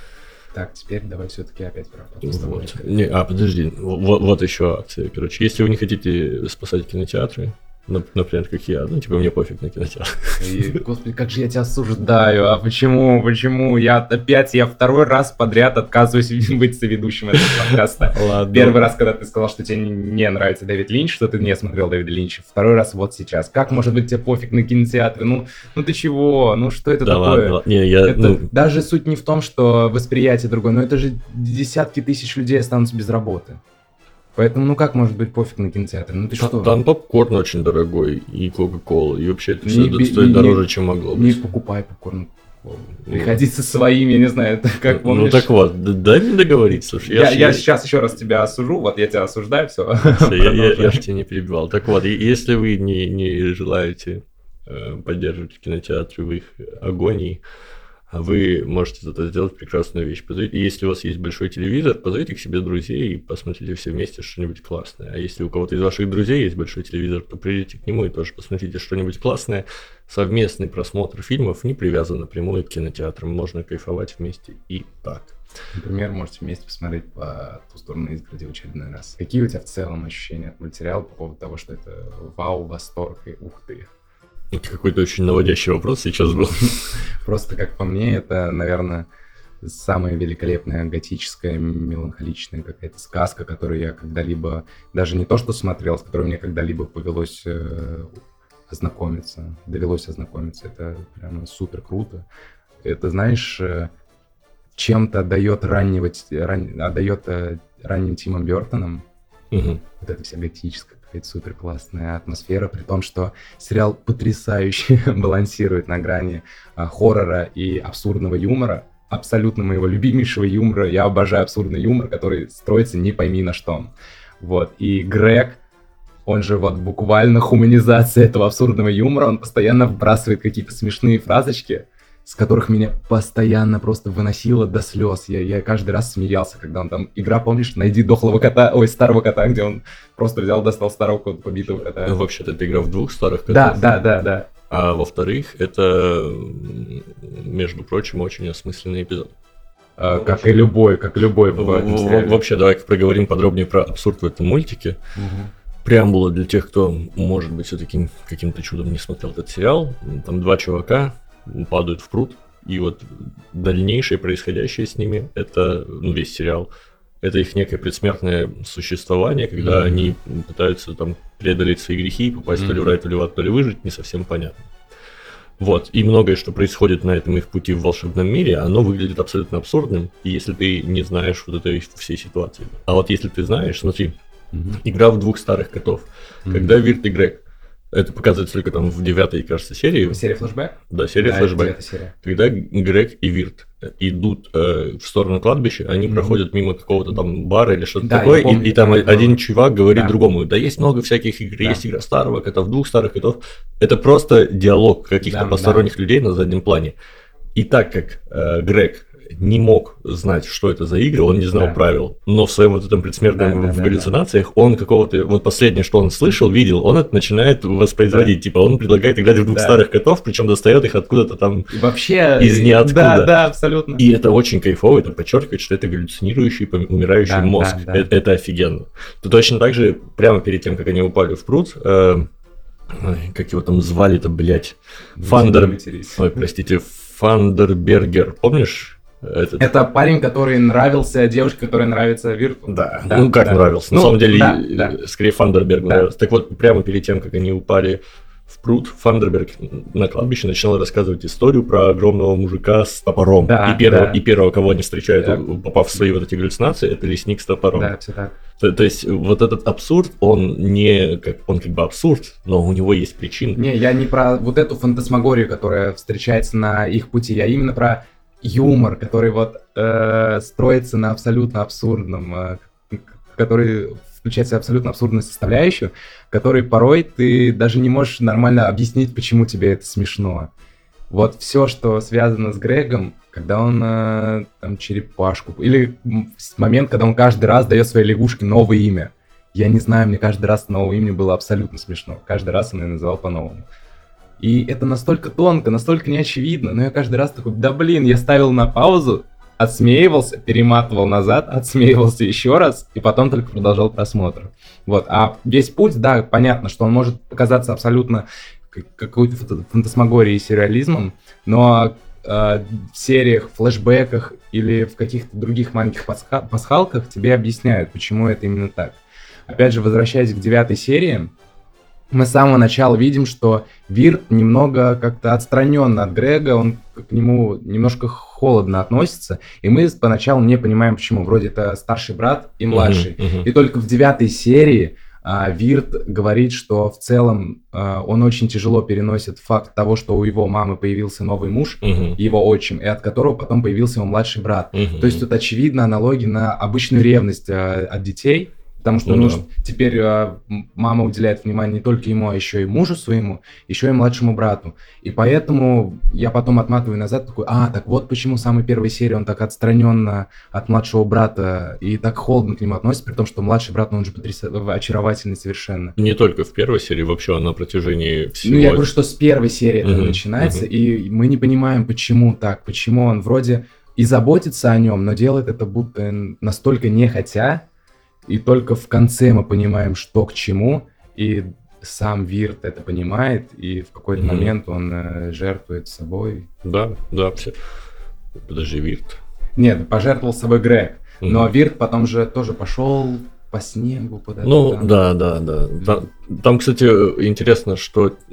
Так, теперь давай все-таки опять про потустороннее. Вот. Не, а, подожди, вот, вот еще акция, короче. Если вы не хотите спасать кинотеатры, нап- например, как я, ну, типа, мне пофиг на кинотеатр. И, господи, как же я тебя осуждаю, а почему, почему? Я опять, я второй раз подряд отказываюсь быть соведущим этого подкаста. Ладно. Первый раз, когда ты сказал, что тебе не- не нравится Дэвид Линч, что ты не смотрел Дэвида Линча. Второй раз вот сейчас. Как может быть тебе пофиг на кинотеатры? Ну, ну ты чего? Ну что это Да такое? ладно, ладно. Не, я, Это ну, даже суть не в том, что восприятие другое, но это же десятки тысяч людей останутся без работы. Поэтому, ну как может быть пофиг на кинотеатр? Ну ты та- что? там попкорн очень дорогой, и Кока-Кола, и вообще это Не все би- стоит не- дороже, чем могло Не быть. покупай попкорн. Приходи со своими, я не знаю, это как Ну помнишь. так вот, д- дай мне договорить, слушай. Я, ж- я сейчас еще раз тебя осужу, вот я тебя осуждаю, все. Всё, я, я, я ж тебя не перебивал. Так вот, и если вы не, не желаете э, поддерживать кинотеатры в их агонии, а вы можете зато сделать прекрасную вещь. Позовите, если у вас есть большой телевизор, позовите к себе друзей и посмотрите все вместе что-нибудь классное. А если у кого-то из ваших друзей есть большой телевизор, то придите к нему и тоже посмотрите что-нибудь классное. Совместный просмотр фильмов не привязан напрямую к кинотеатрам. Можно кайфовать вместе и так. Например, можете вместе посмотреть по ту сторону изгороди в очередной раз. Какие у тебя в целом ощущения от мультсериала по поводу того, что это вау, восторг и ух ты? Это какой-то очень наводящий вопрос сейчас был. Просто, как по мне, это, наверное, самая великолепная готическая, меланхоличная какая-то сказка, которую я когда-либо, даже не то что смотрел, с которой мне когда-либо повелось э, ознакомиться, довелось ознакомиться. Это прямо супер круто. Это, знаешь, чем-то отдает раннего, ран, отдает ранним Тимом Бёртоном. Угу. Вот эта вся готическая, какая-то супер классная атмосфера, при том, что сериал потрясающе балансирует на грани а, хоррора и абсурдного юмора. Абсолютно моего любимейшего юмора. Я обожаю абсурдный юмор, который строится не пойми на что. Вот. И Грег, он же вот буквально хуманизация этого абсурдного юмора, он постоянно вбрасывает какие-то смешные фразочки, с которых меня постоянно просто выносило до слез. Я, я каждый раз смеялся, когда он там... Игра, помнишь, найди дохлого кота, ой, старого кота, где он просто взял, достал старого кота, побитого кота. Ну, вообще-то это игра в двух старых котов. Да, да, да, да. А во-вторых, это, между прочим, очень осмысленный эпизод. А, как и любой, как и любой. В, в, вообще, давай-ка проговорим подробнее про абсурд в этом мультике. Угу. Преамбула для тех, кто, может быть, все-таки каким-то чудом не смотрел этот сериал. Там два чувака падают в пруд, и вот дальнейшее происходящее с ними, это, ну, весь сериал, это их некое предсмертное существование, когда mm-hmm. они пытаются там преодолеть свои грехи и попасть mm-hmm. то ли в рай, то ли в ад, то ли выжить, не совсем понятно. Вот, и многое, что происходит на этом их пути в волшебном мире, оно выглядит абсолютно абсурдным, и если ты не знаешь вот этой всей ситуации. А вот если ты знаешь, смотри, mm-hmm. игра в двух старых котов, mm-hmm. когда Вирт и Грег, это показывается только там в девятой, кажется, серии. Серия флешбэк? Да, серия да, флешбэк. Когда Грег и Вирт идут э, в сторону кладбища, они mm-hmm. проходят мимо какого-то там бара или что-то да, такое, помню, и, и там да, один да. чувак говорит да. другому: да есть много всяких игр, да. есть игра старого кота, двух старых котов. Это просто диалог каких-то да, посторонних да. людей на заднем плане. И так как э, Грег не мог знать, что это за игры, он не знал да. правил, но в своем вот этом предсмертном да, да, в галлюцинациях да, да. он какого-то, вот последнее, что он слышал, видел, он это начинает воспроизводить, да. типа он предлагает играть в двух да. старых котов, причем достает их откуда-то там и вообще из ниоткуда. Да, да, абсолютно. И это очень кайфово, это подчеркивает, что это галлюцинирующий, умирающий да, мозг, да, да. Это, это офигенно. То точно так же, прямо перед тем, как они упали в пруд, э, как его там звали-то, блядь, Фандер... Ой, простите, Фандербергер, помнишь? Этот... Это парень, который нравился девушке, которая нравится Вирту. Да, да ну как да. нравился, на ну, самом деле, да, да. скорее Фандерберг да. нравился. Так вот, прямо перед тем, как они упали в пруд, Фандерберг на кладбище начинал рассказывать историю про огромного мужика с топором. Да, и, первого, да. и первого, кого они встречают, да. попав в свои вот эти галлюцинации, это лесник с топором. Да, все так. То, то есть вот этот абсурд, он не как он как бы абсурд, но у него есть причины. Не, я не про вот эту фантасмагорию, которая встречается на их пути, я именно про юмор, который вот э, строится на абсолютно абсурдном, э, который включает в себя абсолютно абсурдную составляющую, который порой ты даже не можешь нормально объяснить, почему тебе это смешно. Вот все, что связано с Грегом, когда он э, там черепашку, или момент, когда он каждый раз дает своей лягушке новое имя. Я не знаю, мне каждый раз новое имя было абсолютно смешно. Каждый раз он ее называл по-новому. И это настолько тонко, настолько неочевидно, но я каждый раз такой: да блин, я ставил на паузу, отсмеивался, перематывал назад, отсмеивался еще раз, и потом только продолжал просмотр. Вот, а весь путь, да, понятно, что он может показаться абсолютно какой-то фантасмагорией и сюрреализмом, но э, в сериях, флешбеках или в каких-то других маленьких пасха- пасхалках тебе объясняют, почему это именно так. Опять же, возвращаясь к девятой серии, мы с самого начала видим, что Вирт немного как-то отстраненно от Грега, он к нему немножко холодно относится, и мы поначалу не понимаем, почему. Вроде это старший брат и младший. Uh-huh, uh-huh. И только в девятой серии а, Вирт говорит, что в целом а, он очень тяжело переносит факт того, что у его мамы появился новый муж, uh-huh. его отчим, и от которого потом появился его младший брат. Uh-huh. То есть тут очевидно аналогия на обычную ревность а, от детей. Потому что ну, ну, да. теперь а, мама уделяет внимание не только ему, а еще и мужу своему, еще и младшему брату. И поэтому я потом отматываю назад, такой: а, так вот почему в самой первой серии он так отстраненно от младшего брата и так холодно к нему относится, при том, что младший брат, ну, он же потряс... очаровательный совершенно. Не только в первой серии, вообще на протяжении всего. Ну, я говорю, что с первой серии это uh-huh, начинается, uh-huh. и мы не понимаем, почему так, почему он вроде и заботится о нем, но делает это будто настолько нехотя. И только в конце мы понимаем, что к чему, и сам Вирт это понимает, и в какой-то mm-hmm. момент он э, жертвует собой. Да, да, все. Подожди, Вирт. Нет, пожертвовал собой Грег, mm-hmm. но Вирт потом же тоже пошел по снегу куда-то. Ну, там. да, да, да. Там, там, кстати, интересно, что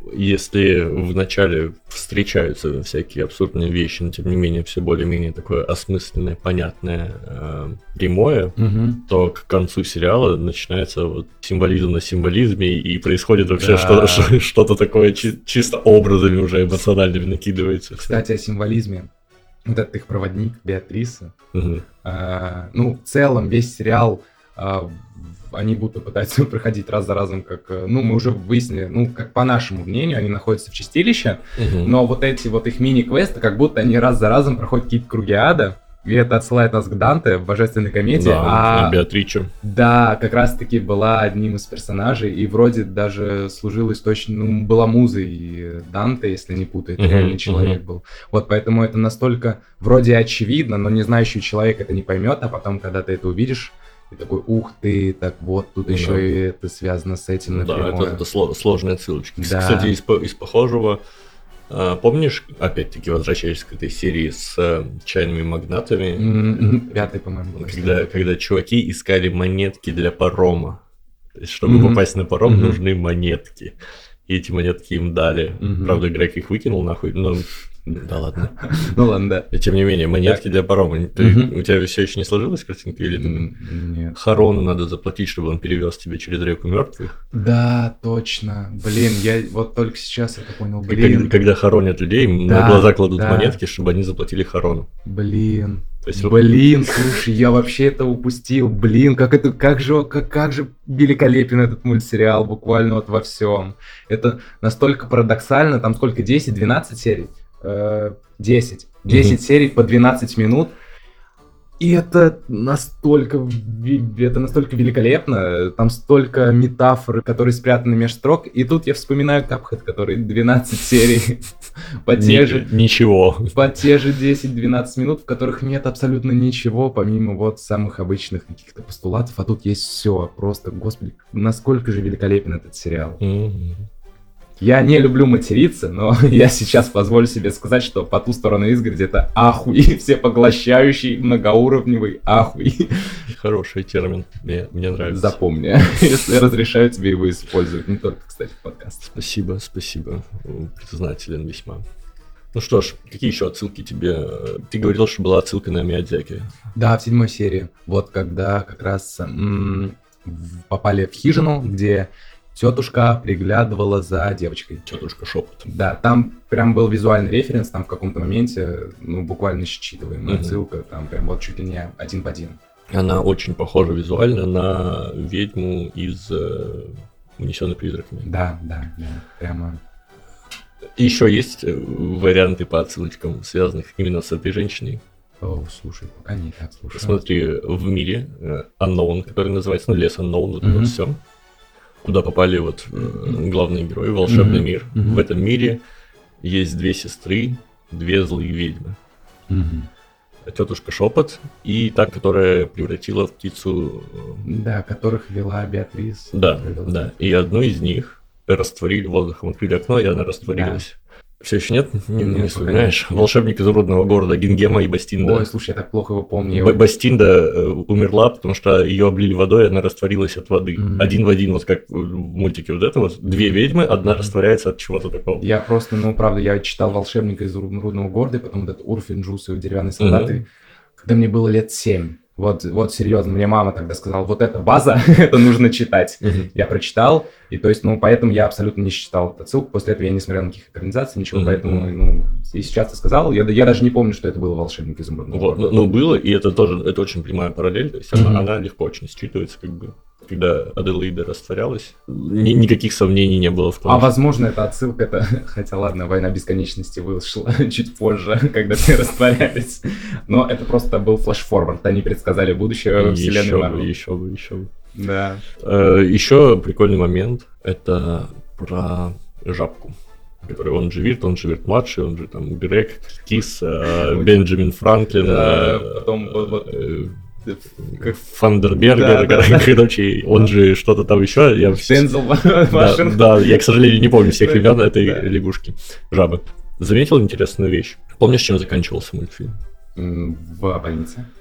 если вначале встречаются всякие абсурдные вещи, но тем не менее все более-менее такое осмысленное, понятное, э, прямое, Угу. то к концу сериала начинается вот символизм на символизме, и происходит вообще Да. что-то, что- что-то такое чи- чисто образами уже эмоциональными накидывается. Кстати, о символизме. Вот этот их проводник, Беатриса. Мгм. А, ну, в целом, весь сериал, а, в- они будто пытаются проходить раз за разом, как, э, ну, мы уже выяснили, ну, как по нашему мнению, они находятся в чистилище, Мгм. но вот эти вот их мини-квесты, как будто они раз за разом проходят какие-то круги ада, и это отсылает нас к Данте в «Божественной комедии», Да, а Беатриче. да, как раз-таки была одним из персонажей, и вроде даже служил источником, ну, была музой Данте, если не путает, Мгм, реальный человек мгм. был. Вот поэтому это настолько вроде очевидно, но не знающий человек это не поймет, а потом, когда ты это увидишь, ты такой, ух ты, так вот, тут Ну еще да. и это связано с этим Ну да, напрямую. это, это сло- сложные отсылочки. Да. Кстати, из, по- из похожего, а, помнишь, опять-таки, возвращаясь к этой серии с э, чайными магнатами, М, Пятый, по-моему, был. когда, когда чуваки искали монетки для парома. То есть, чтобы Мгм. попасть на паром, Мгм. нужны монетки. И эти монетки им дали. Мгм. Правда, Грег их выкинул нахуй, но... Да ладно. Ну ладно, да. И тем не менее, монетки для парома. Ты- Мгм. У тебя все еще не сложилась картинка? Или ты- М, Нет. Харону надо заплатить, чтобы он перевез тебя через реку мертвых? Да, точно. Блин, я вот только сейчас это понял. Когда, Блин, когда хоронят людей, им Да, на глаза кладут да. монетки, чтобы они заплатили Харону. блин. То есть, Блин, слушай, я вообще это упустил. Блин, как это, как же, как, как же великолепен этот мультсериал, буквально вот во всем. Это настолько парадоксально, там сколько, десять-двенадцать серий? Э, десять. десять серий по двенадцать минут. И это настолько, ви- это настолько великолепно, там столько метафор, которые спрятаны меж строк. И тут я вспоминаю Cuphead, который двенадцать серий по те ни- же ничего. по те же десять-двенадцать минут, в которых нет абсолютно ничего, помимо вот самых обычных каких-то постулатов, а тут есть все. Просто, господи, насколько же великолепен этот сериал. Мгм. Я не люблю материться, но я сейчас позволю себе сказать, что «По ту сторону изгороди» — это ахуй, всепоглощающий, многоуровневый ахуй. Хороший термин. Мне, мне нравится. Запомни, если я разрешаю тебе его использовать, не только, кстати, в подкасте. Спасибо, спасибо. Признателен весьма. Ну что ж, какие еще отсылки тебе? Ты говорил, что была отсылка на Миядзаки. Да, в седьмой серии. Вот когда как раз м, в- попали в хижину, где тетушка приглядывала за девочкой. Тетушка шепот. Да, там прям был визуальный референс, там в каком-то моменте, ну, буквально считываемая Мгм. отсылка, там прям вот чуть ли не один в один. Она очень похожа визуально на ведьму из э, «Унесенной призраками». Да, да, да, прямо. Еще есть э, варианты по отсылочкам, связанных именно с этой женщиной. О, слушай, пока не так, слушай. Смотри, в мире э, Unknown, который называется, ну, лес Unknown, вот это Мгм. вот все. Куда попали вот э, главные герои, волшебный Мгм. мир. Мгм. В этом мире есть две сестры, две злые ведьмы. Мгм. Тетушка Шепот и та, которая превратила в птицу... э, Да, которых вела Беатрис. Да, Привела. да. И одну из них растворили воздухом, открыли окно, и она растворилась. Все еще нет? Не, не Нет, вспоминаешь? пока нет. Волшебник изумрудного города Гингема и Бастинда. Ой, слушай, я так плохо его помню. я Б- его- Бастинда э, умерла, потому что ее облили водой, и она растворилась от воды. Мгм. Один в один, вот как в мультике вот это вот. Две ведьмы, одна растворяется от чего-то такого. Я просто, ну, правда, я читал «Волшебника из Рудного города», и потом вот этот Урфин Джус и «Деревянные солдаты», когда мне было лет семь. Вот, вот серьезно, мне мама тогда сказала, вот эта база, это нужно читать. Мгм. Я прочитал, и то есть, ну, поэтому я абсолютно не считал эту отсылку. После этого я не смотрел никаких экранизаций, ничего, Мгм. поэтому, ну, и сейчас ты сказал, я, я даже не помню, что это было «Волшебник изумрудного Вот, города». ну, ну, было, и это тоже, это очень прямая параллель, то есть она, Мгм. она легко очень считывается, как бы, когда Аделаида растворялась, ни- никаких сомнений не было в том, А что- возможно, это отсылка, это, хотя ладно, «Война бесконечности» вышла чуть позже, когда все растворялись. Но это просто был флэш-форвард, они предсказали будущее во вселенной еще бы, Марвел. еще бы, еще бы. Да. Э, Еще прикольный момент, это про жабку, который он же Вирт, он же Вирт младший, он же там Грег, Кис, э, Бенджамин Франклин, Да, э, потом вот- вот- э, Как Фандербергер, Да, да. короче, он же что-то там еще. Я... Дензел Да, Вашингтон. да, я, к сожалению, не помню всех Да, имен этой да. лягушки, жабы. Заметил интересную вещь. Помнишь, чем заканчивался мультфильм? М, В больнице.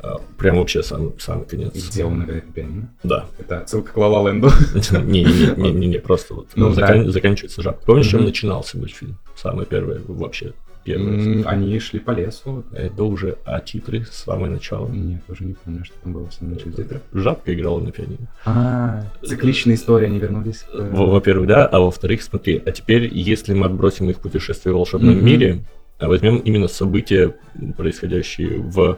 А, прям вообще сам, самый конец. Где он играет на пианино? Да. Это отсылка к Ла Ла Ленду. Не-не-не, просто вот Ну, да. заканчивается жабка. Помнишь, чем Мгм. начинался мультфильм? Самое первое вообще. Первое. М, Они шли по лесу. Это уже а титры с самого начала. Нет, тоже не помню, что там было в самом начале титров. Жабка играла на пианино. А, цикличная история, они вернулись. к- Во- Во-первых, да, а во-вторых, смотри, а теперь, если мы отбросим их путешествие в волшебном Мгм. мире, а возьмем именно события, происходящие в,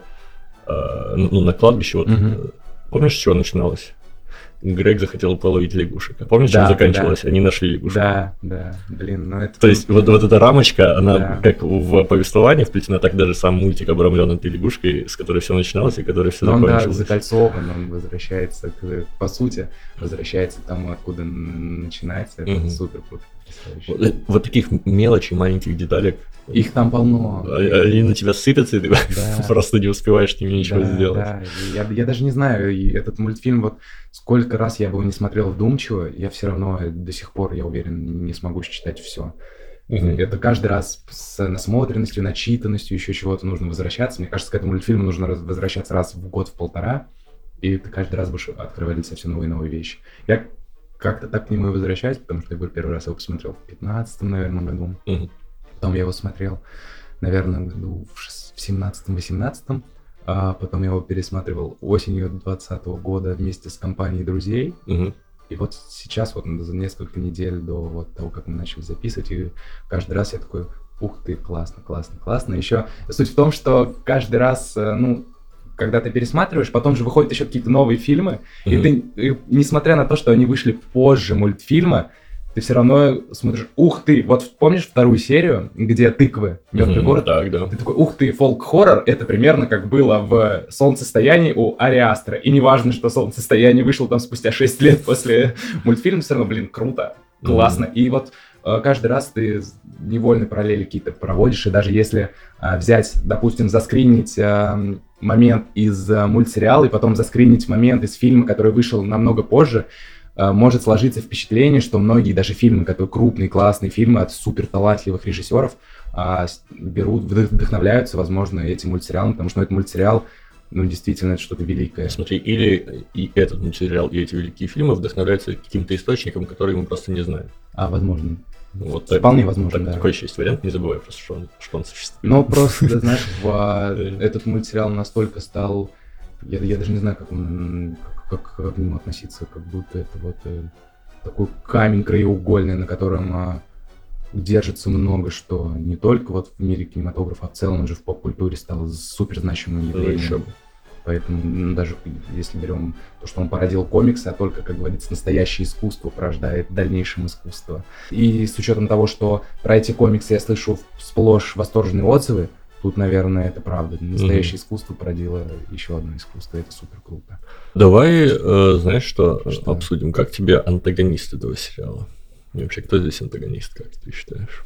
э, ну, на кладбище, вот, Мгм. э, помнишь, с чего начиналось? Грег захотел половить лягушек. А помнишь, Да, чем заканчивалось? Они нашли лягушек. Да, да, блин, ну это... То есть вот, вот эта рамочка, она Да. как в повествовании вплетена, так даже сам мультик обрамлен этой лягушкой, с которой все начиналось и которой все Но он, да, закончилось. закольцован, он возвращается, к, по сути, возвращается к тому, откуда н- начинается. Это Мгм. супер круто. потрясающе. Вот, э, вот таких мелочей, маленьких деталек, Их там полно. а- они на тебя сыпятся, и ты Да. просто не успеваешь с ними ничего Да, сделать. да. И Я, я даже не знаю, и этот мультфильм, вот сколько раз я бы его не смотрел вдумчиво, я все равно до сих пор, я уверен, не смогу считать все. Мгм. Это каждый раз с насмотренностью, начитанностью, еще чего-то нужно возвращаться. Мне кажется, к этому мультфильму нужно раз- возвращаться раз в год, в полтора, и ты каждый раз будешь открывать для себя все новые и новые вещи. Я как-то так к нему и возвращаюсь, потому что я говорю, первый раз его посмотрел в пятнадцатом, наверное, году. Мгм. Потом я его смотрел, наверное, году в шес- в семнадцатом-восемнадцатом. А потом я его пересматривал осенью двадцатого года вместе с компанией друзей. Мгм. И вот сейчас, вот за несколько недель до вот того, как мы начали записывать, и каждый раз я такой, ух ты, классно, классно, классно. Еще суть в том, что каждый раз, э, ну, когда ты пересматриваешь, потом же выходят еще какие-то новые фильмы, и Мгм. ты, и несмотря на то, что они вышли позже мультфильма, ты все равно смотришь, ух ты, вот помнишь вторую серию, где тыквы, мертвый Мгм. город? Так, да. Ты такой, ух ты, фолк-хоррор, это примерно как было в «Солнцестоянии» у Ари Астера. И неважно, что «Солнцестояние» вышло там спустя шесть лет после мультфильма, все равно, блин, круто, классно. И вот э, каждый раз ты невольно параллели какие-то проводишь, и даже если э, взять, допустим, заскринить э, момент из э, мультсериала, и потом заскринить момент из фильма, который вышел намного позже, э, может сложиться впечатление, что многие даже фильмы, которые крупные, классные фильмы от супер талантливых режиссеров, а, с- берут, вдох- вдохновляются, возможно, этим мультсериалом, потому что ну, этот мультсериал, ну, действительно, это что-то великое. Смотри, или и этот материал, и эти великие фильмы вдохновляются каким-то источником, который мы просто не знаем. А, возможно. Вот Вполне так- возможно, так- да. Такой еще есть вариант, не забывай просто, что он, что он существует. Но просто, ты знаешь, в, а, этот мультсериал настолько стал... Я, я даже не знаю, как, он, как, как к нему относиться, как будто это вот э, такой камень краеугольный, на котором а, держится много что. Не только вот в мире кинематографа, а в целом он же в поп-культуре стал супер значимым Ну, еще явлением. бы. Поэтому ну, даже если берем то, что он породил комиксы, а только, как говорится, настоящее искусство порождает в дальнейшем искусство. И с учетом того, что про эти комиксы я слышу сплошь восторженные отзывы, тут, наверное, это правда. Настоящее Мгм. искусство породило еще одно искусство. Это супер круто. Давай, э, знаешь что, Что? обсудим, как тебе антагонист этого сериала? И вообще, кто здесь антагонист, как ты считаешь?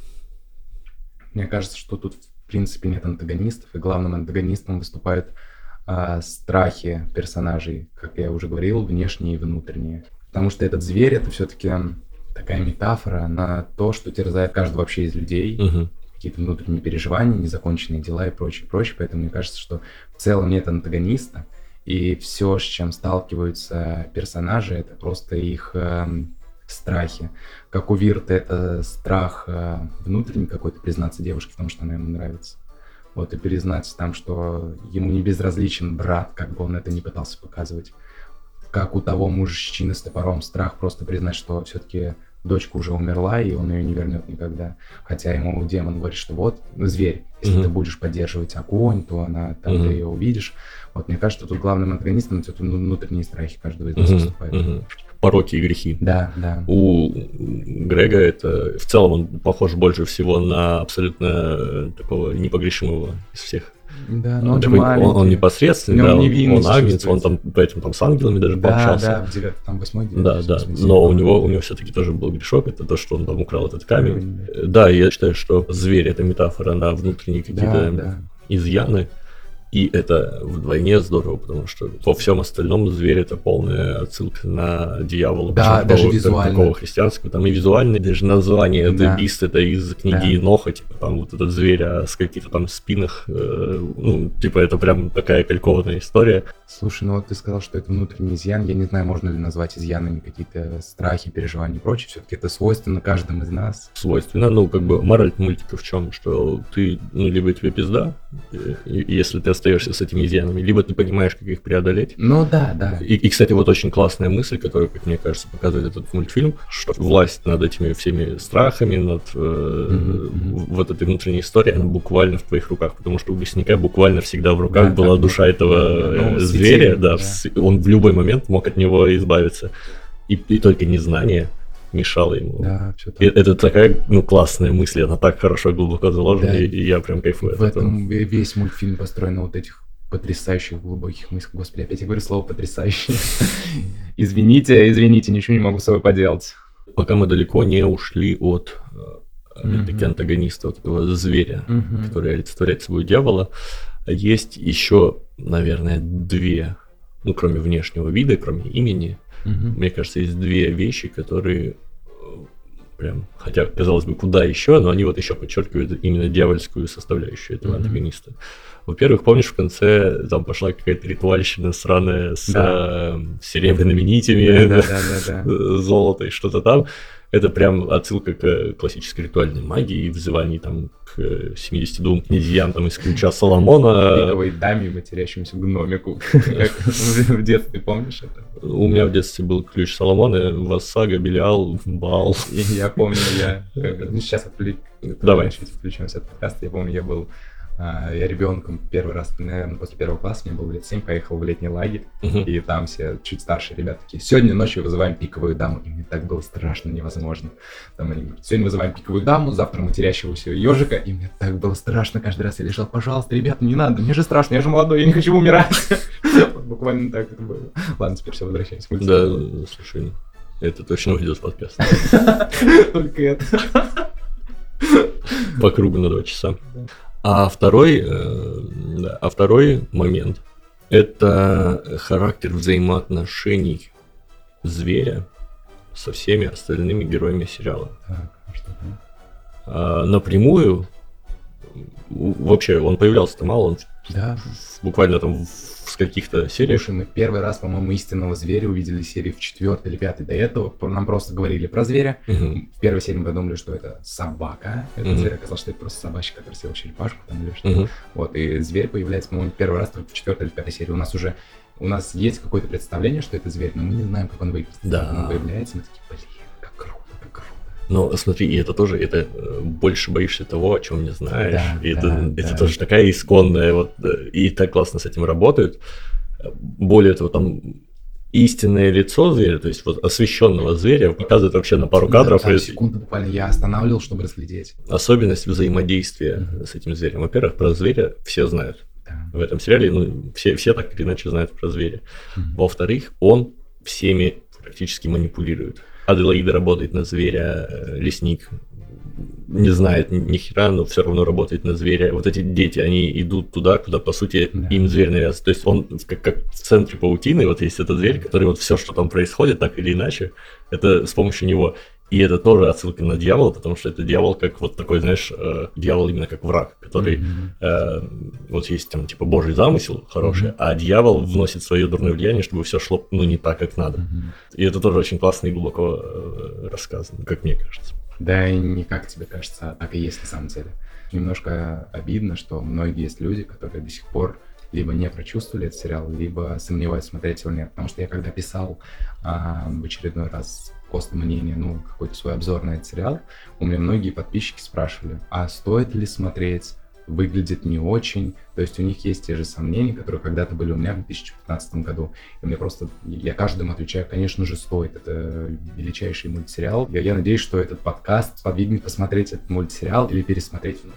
Мне кажется, что тут, в принципе, нет антагонистов, и главным антагонистом выступают а, страхи персонажей, как я уже говорил, внешние и внутренние. Потому что этот зверь — это все-таки такая метафора на то, что терзает каждого вообще из людей, Мгм. какие-то внутренние переживания, незаконченные дела и прочее, прочее. Поэтому мне кажется, что в целом нет антагониста, и все, с чем сталкиваются персонажи, это просто их эм, страхи. Как у Вирта это страх э, внутренний какой-то, признаться девушке в том, что она ему нравится. Вот, и признать там, что ему не безразличен брат, как бы он это не пытался показывать. Как у того мужчины с топором страх просто признать, что все-таки дочка уже умерла, и он ее не вернет никогда. Хотя ему демон говорит, что вот, ну, зверь, если Мгм. ты будешь поддерживать огонь, то она там Мгм. ты ее увидишь. Вот мне кажется, тут главным антагонистом это внутренние страхи каждого из нас Мгм. выступает. Мгм. Пороки и грехи. Да, да. У Грега это в целом он похож больше всего на абсолютно э, такого непогрешимого из всех. Да, но он же Такой- он, маленький. он В непосредственный, нем да, он, невинность он агнец, он чувствуется. там поэтому там с ангелами даже Да, пообщался. да, в девятом, там восьмой, девятый, Да, да, восьмой, но седьмой. у него, у него все-таки тоже был грешок, это то, что он там украл этот камень. Камень, Э, Да, я считаю, что зверь — это метафора на внутренние Да, какие-то да. изъяны, И это вдвойне здорово, потому что во всем остальном «Зверь» — это полная отсылка на дьявола. Да, причем даже такого, визуально. такого христианского. Там и визуально, даже название Да. «The Beast» — это из книги Да. Еноха, типа там вот этот зверь а с каких-то там спинах. Э, ну, типа это прям такая калькованная история. Слушай, ну вот ты сказал, что это внутренний изъян. Я не знаю, можно ли назвать изъянами какие-то страхи, переживания и прочее. Все-таки это свойственно каждому из нас. Свойственно. Ну, как бы мораль мультика в чем? Что ты, ну, либо тебе пизда, и- и если ты остаешься с этими изъянами, либо ты понимаешь, как их преодолеть. Ну да, да. И, и, кстати, вот очень классная мысль, которую, как мне кажется, показывает этот мультфильм, что власть над этими всеми страхами, над э, Мгм, мгм. вот этой внутренней историей, она буквально в твоих руках, потому что у лесника буквально всегда в руках Да, была так, душа ну, этого ну, э, светильник, зверя, да, да. с- он в любой момент мог от него избавиться, и, и только незнание мешало ему. Да, все И это такая, ну, классная мысль, она так хорошо глубоко заложена, Да. и, и я прям кайфую В от этого. этом ве- весь мультфильм построен на вот этих потрясающих глубоких мыслях. Господи, опять я говорю слово потрясающее. Извините, извините, ничего не могу с собой поделать. Пока мы далеко не ушли от э, Мгм. опять-таки антагониста, вот этого зверя, Мгм. который олицетворяет собой дьявола, есть еще, наверное, две, ну, кроме внешнего вида, кроме имени, Мгм. мне кажется, есть две вещи, которые э, прям, хотя, казалось бы, куда еще, но они вот еще подчеркивают именно дьявольскую составляющую этого Мгм. антагониста. Во-первых, помнишь, в конце там пошла какая-то ритуальщина сраная с Да. э, серебряными нитями, Да, да, да, да, да. э, золото и что-то там. Это прям отсылка к э, классической ритуальной магии и взыванию там к э, семидесяти двум князьям там из ключа Соломона. Пиковой даме, матерящемуся гномику. Как в детстве, помнишь это? У меня в детстве был ключ Соломона, Вассага, Белиал, Баал. И я помню, я... ну, сейчас отвлек... Давай. Чуть включимся от подкаста. Я помню, я был... а, Я ребенком первый раз, наверное, после первого класса, мне было лет семь, поехал в летний лагерь, Мгм. и там все чуть старшие ребята такие: сегодня ночью вызываем пиковую даму. И мне так было страшно, невозможно. Там они говорят: сегодня вызываем пиковую даму, завтра матерящегося ежика. И мне так было страшно каждый раз. Я лежал: пожалуйста, ребята, не надо, мне же страшно, я же молодой, я не хочу умирать. Вот буквально так это было. Ладно, теперь все, возвращаемся к Да, мультфильму. слушай, ну, это точно выйдет в подкаст. Только это. По кругу на два часа. Да. А второй, э, да, а второй момент – это характер взаимоотношений зверя со всеми остальными героями сериала. Так, а что там? А напрямую, у- вообще, он появлялся-то мало, он Да. в- буквально там в в каких-то сериях. Слушай, мы первый раз, по-моему, истинного зверя увидели серии в четвертой или пятой. До этого про- нам просто говорили про зверя. Мгм. В первой серии мы подумали, что это собака. Это Мгм. зверь оказалось, что это просто собачка, которая съела черепашку там или что. Мгм. Вот, и зверь появляется, по-моему, первый раз только в четвертой или пятой серии. У нас уже у нас есть какое-то представление, что это зверь, но мы не знаем, как он выглядит. Да. Как он появляется, мы такие: блин, как круто, как круто. Но смотри, и это тоже, это э, больше боишься того, о чем не знаешь. Да, и да, это, да. это тоже такая исконная, вот, э, и так классно с этим работают. Более того, там истинное лицо зверя, то есть вот освещенного зверя, показывают вообще на пару кадров. Да, там и секунду буквально я останавливал, чтобы разглядеть. особенность взаимодействия Мгм. с этим зверем. Во-первых, про зверя все знают. Да. В этом сериале, ну, все, все так или иначе знают про зверя. Мгм. Во-вторых, он всеми практически манипулирует. Аделаида работает на зверя, э, лесник не знает ни, ни хера, но все равно работает на зверя. Вот эти дети, они идут туда, куда, по сути, Да. им зверь навязывает. То есть он в- как, как в центре паутины, вот есть этот зверь, который вот все, что там происходит, так или иначе, это с помощью него. И это тоже отсылка на дьявола, потому что это дьявол как вот такой, знаешь, э, дьявол именно как враг, который Мгм. э, вот есть там типа божий замысел хороший, Мгм. а дьявол вносит свое дурное влияние, чтобы все шло, ну, не так, как надо. Мгм. И это тоже очень классно и глубоко э, рассказано, как мне кажется. Да, и не как тебе кажется, а так и есть на самом деле. Немножко обидно, что многие есть люди, которые до сих пор либо не прочувствовали этот сериал, либо сомневаются, смотреть его или нет. Потому что я когда писал а, в очередной раз пост мнение, ну, какой-то свой обзор на этот сериал, у меня многие подписчики спрашивали: а стоит ли смотреть? Выглядит не очень. То есть у них есть те же сомнения, которые когда-то были у меня в две тысячи пятнадцатом году. И мне просто, я каждому отвечаю: конечно же, стоит. Это величайший мультсериал. Я, я надеюсь, что этот подкаст подвигнет посмотреть этот мультсериал или пересмотреть вновь.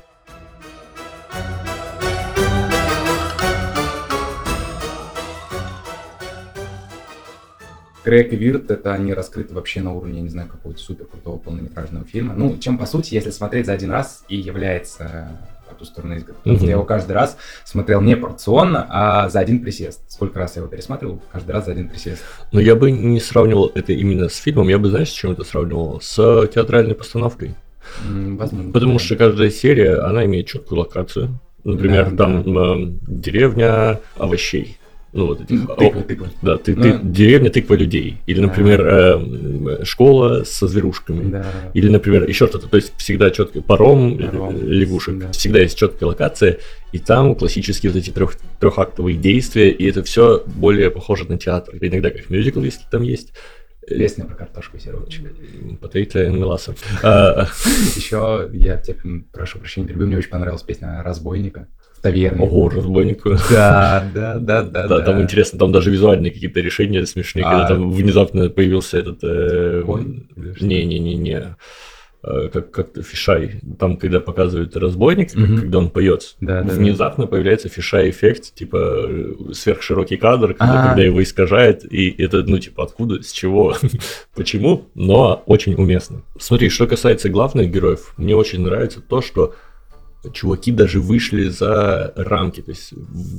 Крейг и Вирт — это они раскрыты вообще на уровне, я не знаю, какого-то супер крутого полнометражного фильма. Ну, чем, по сути, если смотреть за один раз, и является по ту сторону изгороди. Потому что Мгм. я его каждый раз смотрел не порционно, а за один присест. Сколько раз я его пересматривал? Каждый раз за один присест. Но я бы не сравнивал это именно с фильмом, я бы, знаешь, с чем это сравнивал? С театральной постановкой. М, Возможно. Потому да. что каждая серия, она имеет четкую локацию. Например, Да, там э, деревня овощей. Ну, вот этих. Тыква, о- тыква. Да, ты, Ну, ты- деревня тыква людей. Или, да. например, э, школа со зверушками. Да. Или, например, еще что-то. То есть всегда четкий паром, Паром, э, лягушек. да. Всегда есть четкая локация. И там классические вот эти трех, трехактовые действия. И это все более похоже на театр. Иногда как мюзикл, если там есть. Песня про картошку и сиропчик. Потейта Меласа. А, Еще я тебя м, прошу прощения, перебью, мне очень понравилась песня «Разбойника» в таверне. Ого, разбойнику. Да, да, да, да. Да, там интересно, там даже визуальные какие-то решения смешные, А. когда там внезапно появился этот... э, Конь или что? Не-не-не-не. Э, Как, как-то фишай. Там, когда показывают разбойника, как- Мгм. когда он поет, Да, да, да. внезапно появляется фишай-эффект, типа э, сверхширокий кадр, когда, А. когда его искажает, и это, ну, типа, откуда, с чего, почему, но очень уместно. Смотри, что касается главных героев, мне очень нравится то, что чуваки даже вышли за рамки, то есть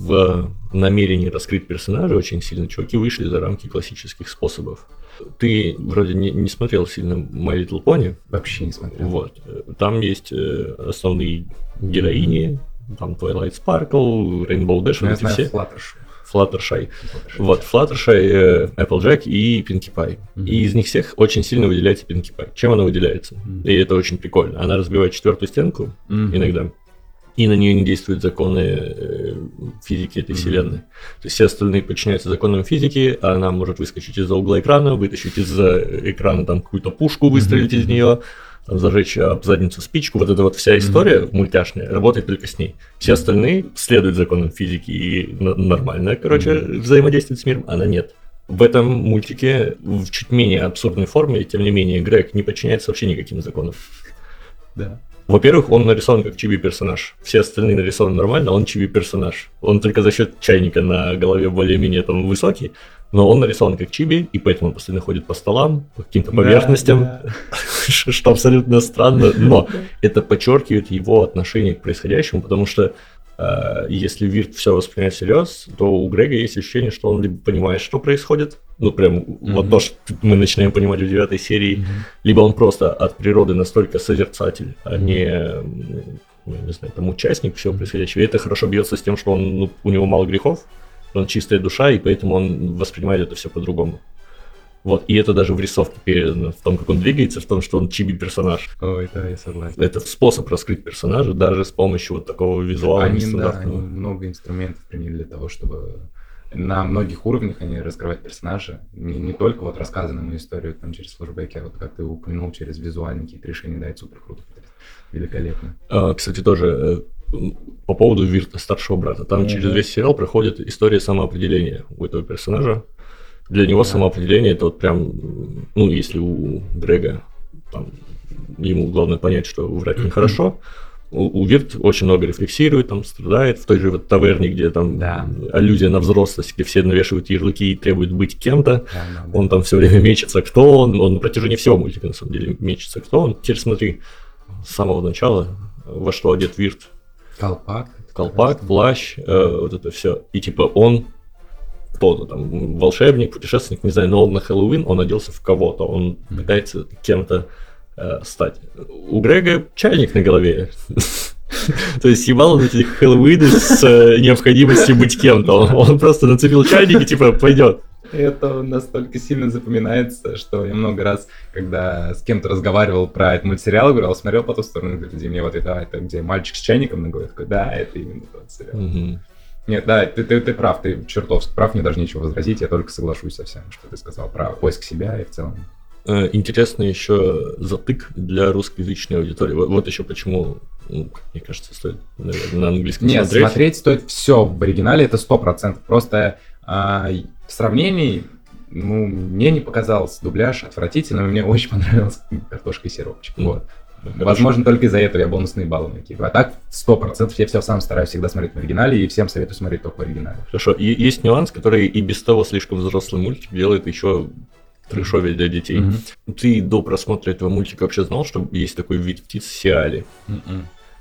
в намерении раскрыть персонажа очень сильно чуваки вышли за рамки классических способов. Ты вроде не, не смотрел сильно My Little Pony, Вообще не смотрел. вот. Там есть э, основные героини, там Twilight Sparkle, Rainbow Dash, Ну, вот я эти знаю все, Fluttershy. Fluttershy. Fluttershy. Вот, Fluttershy, э, Applejack и Pinkie Pie. Мгм. И из них всех очень сильно выделяется Pinkie Pie. Чем она выделяется? Мгм. И это очень прикольно. Она разбивает четвертую стенку, Мгм. иногда. И на нее не действуют законы э, физики этой Мгм. вселенной. То есть все остальные подчиняются законам физики, а она может выскочить из-за угла экрана, вытащить из-за экрана там какую-то пушку, выстрелить Мгм. из нее, там, зажечь об задницу спичку. Вот эта вот вся история мультяшная работает только с ней. Все остальные следуют законам физики и н- нормально, короче, Мгм. взаимодействуют с миром, она нет. В этом мультике в чуть менее абсурдной форме, тем не менее, Грег не подчиняется вообще никаким законам. Да. Во-первых, он нарисован как чиби-персонаж. Все остальные нарисованы нормально, он чиби-персонаж. Он только за счет чайника на голове более-менее там высокий, но он нарисован как чиби, и поэтому он постоянно ходит по столам, по каким-то поверхностям, Да, что абсолютно странно, но это подчеркивает его отношение к происходящему, потому что э, если Вирт все воспринимает всерьез, то у Грега есть ощущение, что он либо понимает, что происходит, ну прям вот то, что мы начинаем понимать в девятой серии, Мгм. либо он просто от природы настолько созерцатель, а не, м, ну, я не знаю, там участник всего происходящего. И это хорошо бьется с тем, что он, ну, у него мало грехов, он чистая душа, и поэтому он воспринимает это все по-другому. Вот, и это даже в рисовке передано, в том, как он двигается, в том, что он чиби-персонаж. Ой, да, я согласен. Это способ раскрыть персонажа даже с помощью вот такого визуала Они, да, нестандартного. они много инструментов применили для того, чтобы на многих уровнях они раскрывать персонажа. Не, не только вот рассказанную историю там через флешбеки, а вот как ты упомянул, через визуальные какие-то решения, да, это супер круто, великолепно. А, кстати, тоже э, по поводу Вирта, старшего брата. Там Мгм. через весь сериал проходит история самоопределения у этого персонажа. Для него Да. самоопределение это вот прям, ну, если у Грега там, ему главное понять, что врать нехорошо, у, у Вирт очень много рефлексирует, там страдает, в той же вот таверне, где там Да. аллюзия на взрослость, где все навешивают ярлыки и требуют быть кем-то. Да, да, да. Он там все время мечется, кто он. Он на протяжении всего мультика, на самом деле, мечется, кто он. Теперь смотри, с самого начала, во что одет Вирт. Колпак. Колпак, плащ, э, вот это все. И типа он кто-то там, волшебник, путешественник, не знаю, но он на Хэллоуин, он оделся в кого-то, он Мгм. пытается кем-то э, стать. У Грега чайник на голове. То есть ебал он эти Хэллоуины с э, необходимостью быть кем-то. Он, он просто нацепил чайник и типа пойдет. Это настолько сильно запоминается, что я много раз, когда с кем-то разговаривал про этот мультсериал, говорил, смотрел по ту сторону где мне вот это, это где мальчик с чайником на голове, такой, да, это именно тот сериал. Мгм. Нет, да, ты, ты, ты прав, ты чертовски прав, мне даже нечего возразить, я только соглашусь со всем, что ты сказал про поиск себя и в целом. Э, Интересно еще затык для русскоязычной аудитории. Вот, вот еще почему, ну, как мне кажется, стоит, наверное, на английском Нет, смотреть. смотреть стоит все в оригинале, это сто процентов. Просто а, в сравнении, ну, мне не показался дубляж отвратительным, мне очень понравилась картошка и сиропчик. Мгм. Вот. Хорошо. Возможно, только из-за этого я бонусные баллы накидываю. А так, сто процентов я все сам стараюсь всегда смотреть в оригинале, и всем советую смотреть только в оригинале. Хорошо, и есть нюанс, который и без того слишком взрослый мультик делает еще трэшовее для детей. Мгм. Ты до просмотра этого мультика вообще знал, что есть такой вид птиц сиали? Мгм.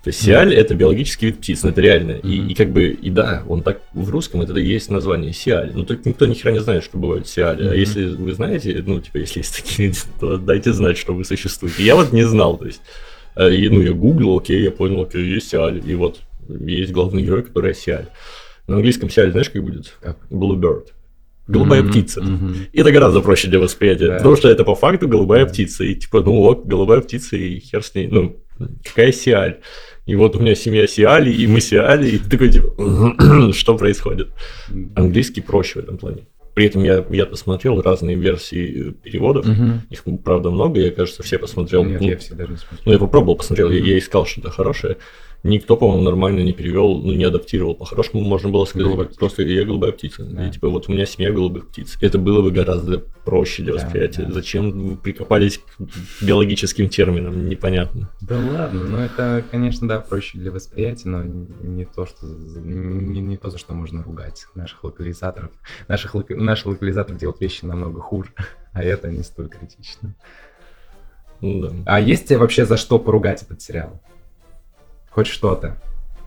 То есть сиаль — это биологический вид птиц, это реально. Mm-hmm. И, и как бы, и да, он так в русском это и есть название сиаль. Но только никто ни хера не знает, что бывает сиали. Mm-hmm. А если вы знаете, ну, типа, если есть такие люди, то дайте знать, что вы существуете. Я вот не знал, то есть, и, ну, я гуглил, окей, я понял, окей, есть сиаль. И вот есть главный герой, который сиаль. На английском сиаль, знаешь, как будет? Как? Bluebird. Голубая mm-hmm. птица. Mm-hmm. И это гораздо проще для восприятия. Да. Потому что это по факту голубая да. птица. И типа, ну вот, голубая птица, и хер с ней. Ну, какая сиаль? И вот у меня семья сиали, и мы сиали, и ты такой, типа, что происходит? Английский проще в этом плане. При этом я, я посмотрел разные версии переводов. Угу. Их, правда, много, я, кажется, все посмотрел. Нет, ну, я все даже не смотрел. Ну, я попробовал, посмотрел, угу. я, я искал что-то хорошее. Никто, по-моему, нормально не перевел, ну, не адаптировал. По-хорошему можно было сказать, голубая просто я голубая птица. Да. И типа вот у меня семья голубых птиц. Это было бы гораздо проще для восприятия. Да, да. Зачем вы прикопались к биологическим терминам, непонятно. Да ладно, ну это, конечно, да, проще для восприятия, но не то, что не, не то, за что можно ругать наших локализаторов. Наших, наши локализаторы делают вещи намного хуже, а это не столь критично. Ну, да. А есть тебе вообще за что поругать этот сериал? Хоть что-то.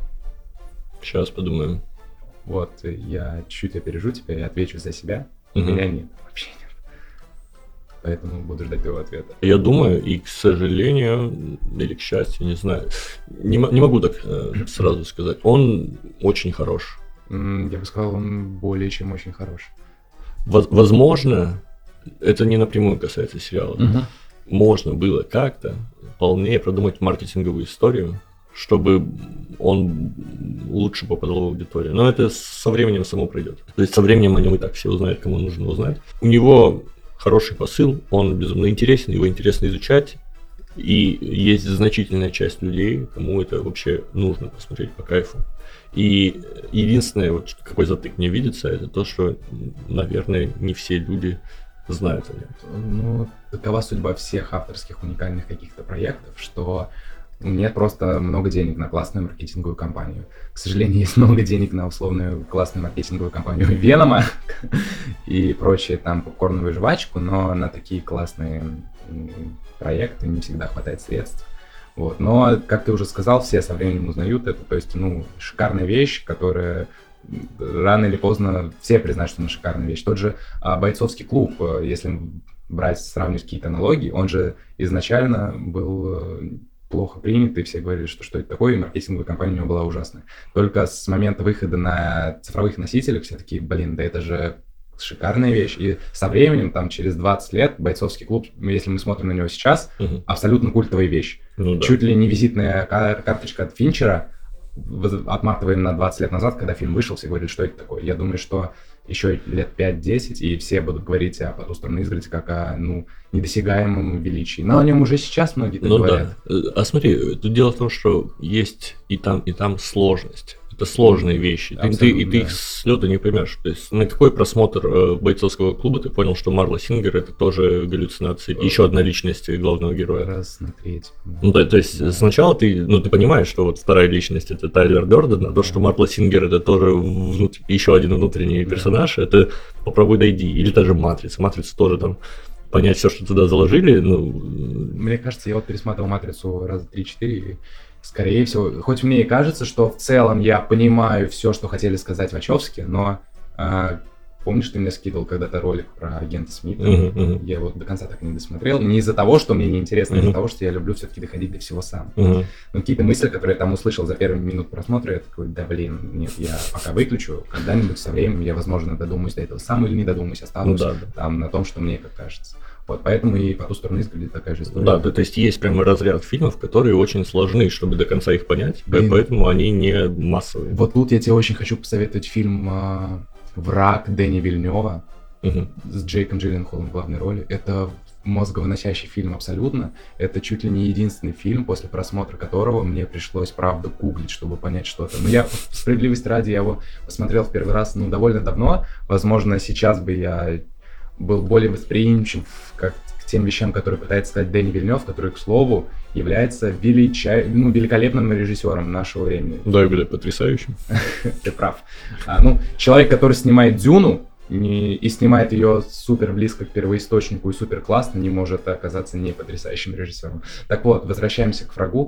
Сейчас подумаем. Вот, я чуть опережу тебя и отвечу за себя. У угу. меня нет, вообще нет. Поэтому буду ждать твоего ответа. Я думаю, и к сожалению, или к счастью, не знаю, не, не могу так э, сразу сказать, он очень хорош. Я бы сказал, он более чем очень хорош. Возможно, это не напрямую касается сериала. Угу. Можно было как-то вполне продумать маркетинговую историю, чтобы он лучше попадал в аудиторию. Но это со временем само пройдет. То есть со временем о нем и так все узнают, кому нужно узнать. У него хороший посыл, он безумно интересен, его интересно изучать. И есть значительная часть людей, кому это вообще нужно посмотреть по кайфу. И единственное, вот какой затык мне видится, это то, что, наверное, не все люди знают о нем. Ну, такова судьба всех авторских уникальных каких-то проектов, что нет просто много денег на классную маркетинговую кампанию. К сожалению, есть много денег на условную классную маркетинговую кампанию Венома и прочие там попкорновую жвачку, но на такие классные проекты не всегда хватает средств. Вот. Но, как ты уже сказал, все со временем узнают это. То есть, ну, шикарная вещь, которая рано или поздно все признают, что она шикарная вещь. Тот же а, бойцовский клуб, если брать, сравнивать какие-то аналогии, он же изначально был плохо принят, и все говорили, что что это такое, и маркетинговая кампания у него была ужасная. Только с момента выхода на цифровых носителях все такие, блин, да это же шикарная вещь. И со временем, там, через двадцать лет, бойцовский клуб, если мы смотрим на него сейчас, угу. абсолютно культовая вещь. Ну, да. Чуть ли не визитная карточка от Финчера, отматываем на двадцать лет назад, когда фильм вышел, все говорили, что это такое. Я думаю, что еще лет пять-десять, и все будут говорить о «По ту сторону изгороди» как о, ну, недосягаемом величии. Но о нем уже сейчас многие так ну, говорят. Да. А смотри, тут дело в том, что есть и там, и там сложность. Это сложные вещи. Ты, ты, и ты да. их с лёта не поймешь. То есть на какой просмотр э, бойцовского клуба ты понял, что Марла Сингер это тоже галлюцинации. Э, Еще одна личность главного героя. Раз на треть. Ну да, то есть да. сначала ты, ну, ты понимаешь, что вот вторая личность это Тайлер Дёрден, а то, что Марла Сингер это тоже внут... еще один внутренний да. персонаж, это попробуй дойди. Или та же Матрица. Матрица тоже там понять все, что туда заложили. Ну... Мне кажется, я вот пересматривал Матрицу раза три-четыре и скорее всего, хоть мне и кажется, что в целом я понимаю все, что хотели сказать Вачовски, но э, помнишь, ты мне скидывал когда-то ролик про агента Смита? Uh-huh, uh-huh. Я его до конца так и не досмотрел. Не из-за того, что мне неинтересно, uh-huh. а из-за того, что я люблю все-таки доходить до всего сам. Uh-huh. Но какие-то мысли, которые я там услышал за первые минут просмотра, я такой, да блин, нет, я пока выключу, когда-нибудь со временем я, возможно, додумаюсь до этого сам или не додумаюсь, останусь ну, да, да. там на том, что мне как кажется. Вот, поэтому и «По ту сторону изгороди» такая же история. Да, да, то есть есть прямо разряд фильмов, которые очень сложны, чтобы до конца их понять, Блин. поэтому они не массовые. Вот тут я тебе очень хочу посоветовать фильм э, «Враг» Дэни Вильнёва угу. с Джейком Джилленхолом в главной роли. Это мозговыносящий фильм абсолютно. Это чуть ли не единственный фильм, после просмотра которого мне пришлось, правда, гуглить, чтобы понять что-то. Но я, справедливости ради, я его посмотрел в первый раз, ну, довольно давно. Возможно, сейчас бы я был более восприимчив как к тем вещам, которые пытается сказать Дэни Вильнёв, который, к слову, является велича... ну, великолепным режиссером нашего времени. Да, и, бля, потрясающим. Ты прав. А, ну, человек, который снимает «Дюну», не... и снимает ее супер близко к первоисточнику и супер классно, не может оказаться не потрясающим режиссером. Так вот, возвращаемся к «Врагу».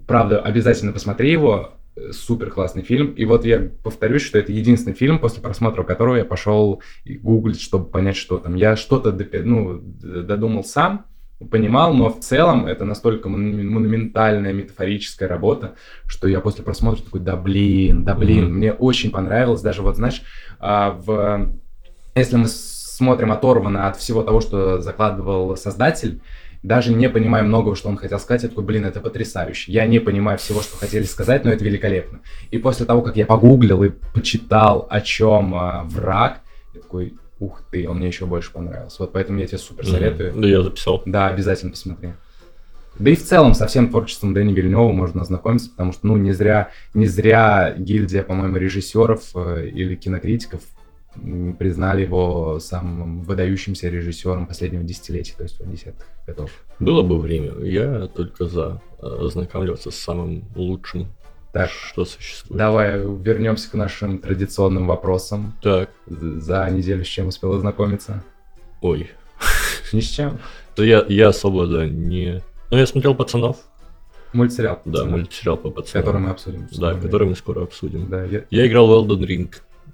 правда, обязательно посмотри его. Супер классный фильм. И вот я повторюсь, что это единственный фильм, после просмотра которого я пошел гуглить, чтобы понять, что там. Я что-то ну, додумал сам, понимал, но в целом это настолько монументальная метафорическая работа, что я после просмотра такой, да блин, да блин, mm-hmm. мне очень понравилось. Даже вот, знаешь, в... если мы смотрим оторванно от всего того, что закладывал создатель, даже не понимая многого, что он хотел сказать, я такой, блин, это потрясающе. Я не понимаю всего, что хотели сказать, но это великолепно. И после того, как я погуглил и почитал, о чем а, «Враг», я такой, ух ты, он мне еще больше понравился. Вот поэтому я тебе супер советую. Mm-hmm. Да, я записал. Да, обязательно посмотри. Да и в целом со всем творчеством Дэни Вильнёва можно ознакомиться, потому что, ну, не зря, не зря гильдия, по-моему, режиссеров э, или кинокритиков признали его самым выдающимся режиссером последнего десятилетия, то есть десятых годов. Было бы время, я только за ознакомливаться с самым лучшим, так, что существует. Давай вернемся к нашим традиционным вопросам. Так. За неделю с чем успел ознакомиться? Ой. Ни с чем? Да я, я особо, да, не... Ну, я смотрел «Пацанов». Мультсериал. Да, мультсериал по «Пацанам». Который мы обсудим. Да, который мы скоро обсудим. Да, я... я играл в Elden Ring.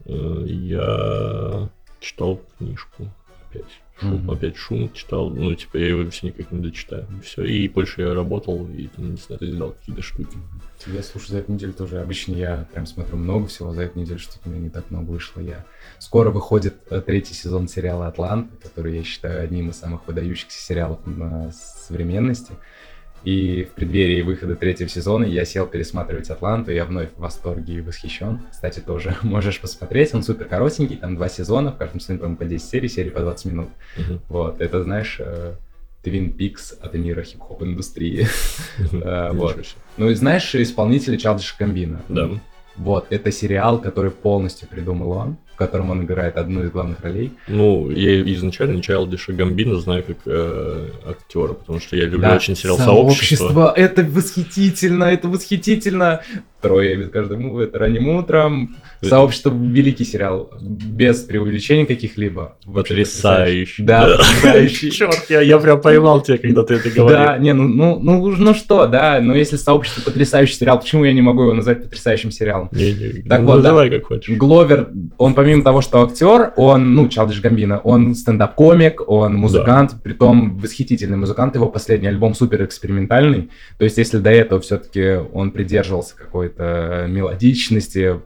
Я читал книжку. Опять шум, mm-hmm. опять шум читал. Ну, типа, я его все никак не дочитаю. Все. И больше я работал и, там, не знаю, сделал какие-то штуки. Я слушаю за эту неделю тоже. Обычно я прям смотрю много всего. За эту неделю что-то у меня не так много вышло. Я... Скоро выходит третий сезон сериала «Атлант», который я считаю одним из самых выдающихся сериалов на современности. И в преддверии выхода третьего сезона я сел пересматривать «Атланту», и я вновь в восторге и восхищен. Кстати, тоже можешь посмотреть, он супер коротенький, там два сезона, в каждом сезоне, по-моему, по десять серий, серии по двадцать минут. Uh-huh. Вот, это, знаешь, Twin Peaks от мира хип-хоп индустрии. Uh-huh. Вот. Ну и знаешь исполнителя Чайлдиша Гамбино? Да. Вот, это сериал, который полностью придумал он, в котором он играет одну из главных ролей. Ну, я изначально Чайлдиша Гамбино знаю как э, актера, потому что я люблю да, очень сериал «Сообщество». «Сообщество». Это восхитительно, это восхитительно. Трое без каждому, это ранним утром. «Сообщество» — великий сериал, без преувеличений каких-либо. Потрясающий. Да, потрясающий. Черт, я, я прям поймал тебя, когда ты это говорил. Да, не, ну, ну, ну, ну что, да, но если «Сообщество» потрясающий сериал, почему я не могу его назвать потрясающим сериалом? Не, не, так ну, вот, давай да, как хочешь. Гловер, он помимо того, что актер, он, ну, Чайлдиш Гамбино, он стендап-комик, он музыкант, да. Притом восхитительный музыкант, его последний альбом супер экспериментальный, то есть если до этого все-таки он придерживался какой-то мелодичности,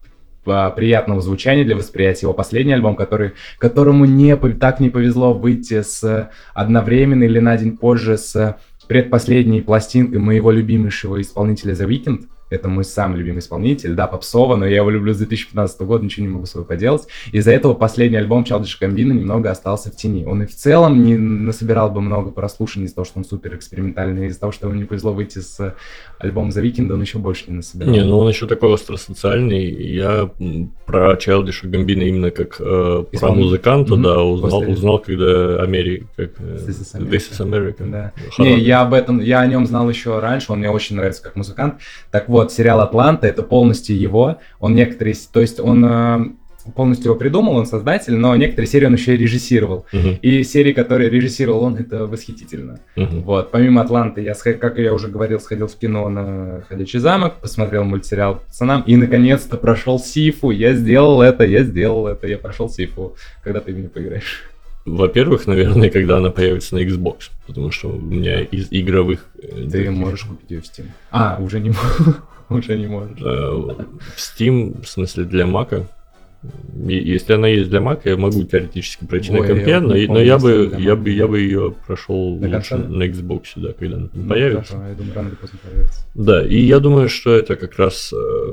приятного звучания для восприятия, его последний альбом, который, которому не, так не повезло выйти с одновременно или на день позже с предпоследней пластинкой моего любимейшего исполнителя The Weeknd. Это мой самый любимый исполнитель, да, попсово, но я его люблю с две тысячи пятнадцатого года, ничего не могу с собой поделать. Из-за этого последний альбом Чайлдиша Гамбино немного остался в тени. Он и в целом не насобирал бы много прослушаний из-за того, что он супер экспериментальный, из-за того, что ему не повезло выйти с альбома The Weeknd, он еще больше не насобирал. Не, ну он еще такой остросоциальный. Я про Чайлдиша Гамбино именно как э, про музыканта, mm-hmm. да, узнал, После... узнал, когда Америка, как э, This is America. This is America. Да. Не, я об этом, я о нем знал еще раньше, он мне очень нравится как музыкант. Так вот, сериал «Атланта» — это полностью его. Он некоторые, то есть он э, полностью его придумал, он создатель, но некоторые серии он еще и режиссировал. Uh-huh. И серии, которые режиссировал он, это восхитительно. Uh-huh. Вот. Помимо «Атланты», я, как я уже говорил, сходил в кино на «Ходячий замок», посмотрел мультсериал «Пацанам» и, наконец-то, прошел Сифу. Я сделал это, я сделал это, я прошел Сифу. Когда ты в нее поиграешь? Во-первых, наверное, когда она появится на Xbox, потому что у меня из игровых... Ты таких... можешь купить ее в Steam. А, уже не могу. Уже не можешь. В Steam, в смысле, для Мака. Если она есть для Мака, я могу теоретически пройти Ой, на компе, я но, но я, бы, я, бы, я бы ее прошел на, лучше на Xbox, да, когда она ну, появится. Хорошо, я думаю, рано или поздно появится. Да, и я думаю, что это как раз...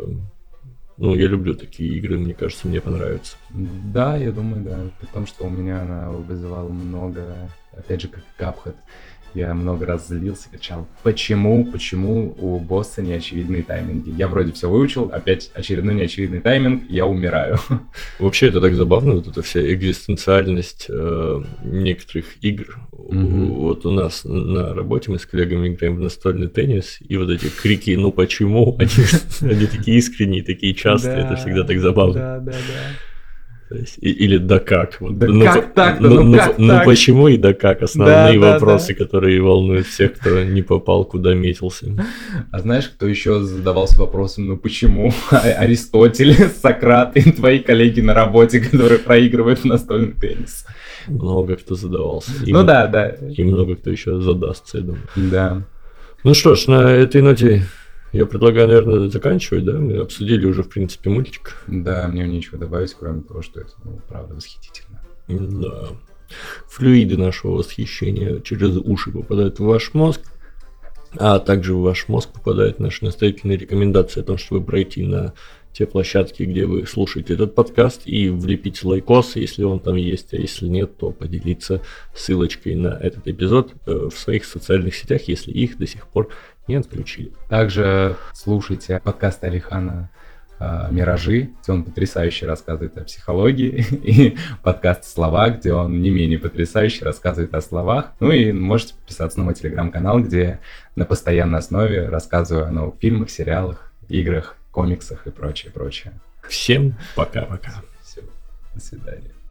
Ну, я люблю такие игры, мне кажется, мне понравится. Да, я думаю, да. При том, что у меня она вызывала много, опять же, как Cuphead. Я много раз злился, кричал, почему, почему у босса неочевидные тайминги? Я вроде все выучил, опять очередной неочевидный тайминг, я умираю. Вообще это так забавно, вот эта вся экзистенциальность э, некоторых игр. Mm-hmm. Вот у нас на работе мы с коллегами играем в настольный теннис, и вот эти крики «ну почему?» они, они такие искренние, такие частые, это всегда так забавно. Да, да, да. То есть, и- или да как. Вот. Да ну, как по- так-то? Ну, Ну ну, как ну, так? почему и да как? Основные Да, да, вопросы, да. которые волнуют всех, кто не попал, куда метился. А знаешь, кто еще задавался вопросом, ну почему А- Аристотель, Сократ и твои коллеги на работе, которые проигрывают в настольный теннис? Много кто задавался. И, Ну да, да. и много кто еще задастся, я думаю. Да. Ну что ж, на этой ноте я предлагаю, наверное, заканчивать, да? Мы обсудили уже, в принципе, мультик. Да, мне нечего добавить, кроме того, что это, ну, правда, восхитительно. Да. Флюиды нашего восхищения через уши попадают в ваш мозг, а также в ваш мозг попадают наши настоятельные рекомендации о том, чтобы пройти на те площадки, где вы слушаете этот подкаст, и влепить лайкос, если он там есть, а если нет, то поделиться ссылочкой на этот эпизод э, в своих социальных сетях, если их до сих пор не отключили. Также слушайте подкаст Алихана э, «Миражи», где он потрясающе рассказывает о психологии, и подкаст «Слова», где он не менее потрясающе рассказывает о словах. Ну и можете подписаться на мой телеграм-канал, где на постоянной основе рассказываю о новых фильмах, сериалах, играх, комиксах и прочее, прочее. Всем пока-пока. Все, до свидания.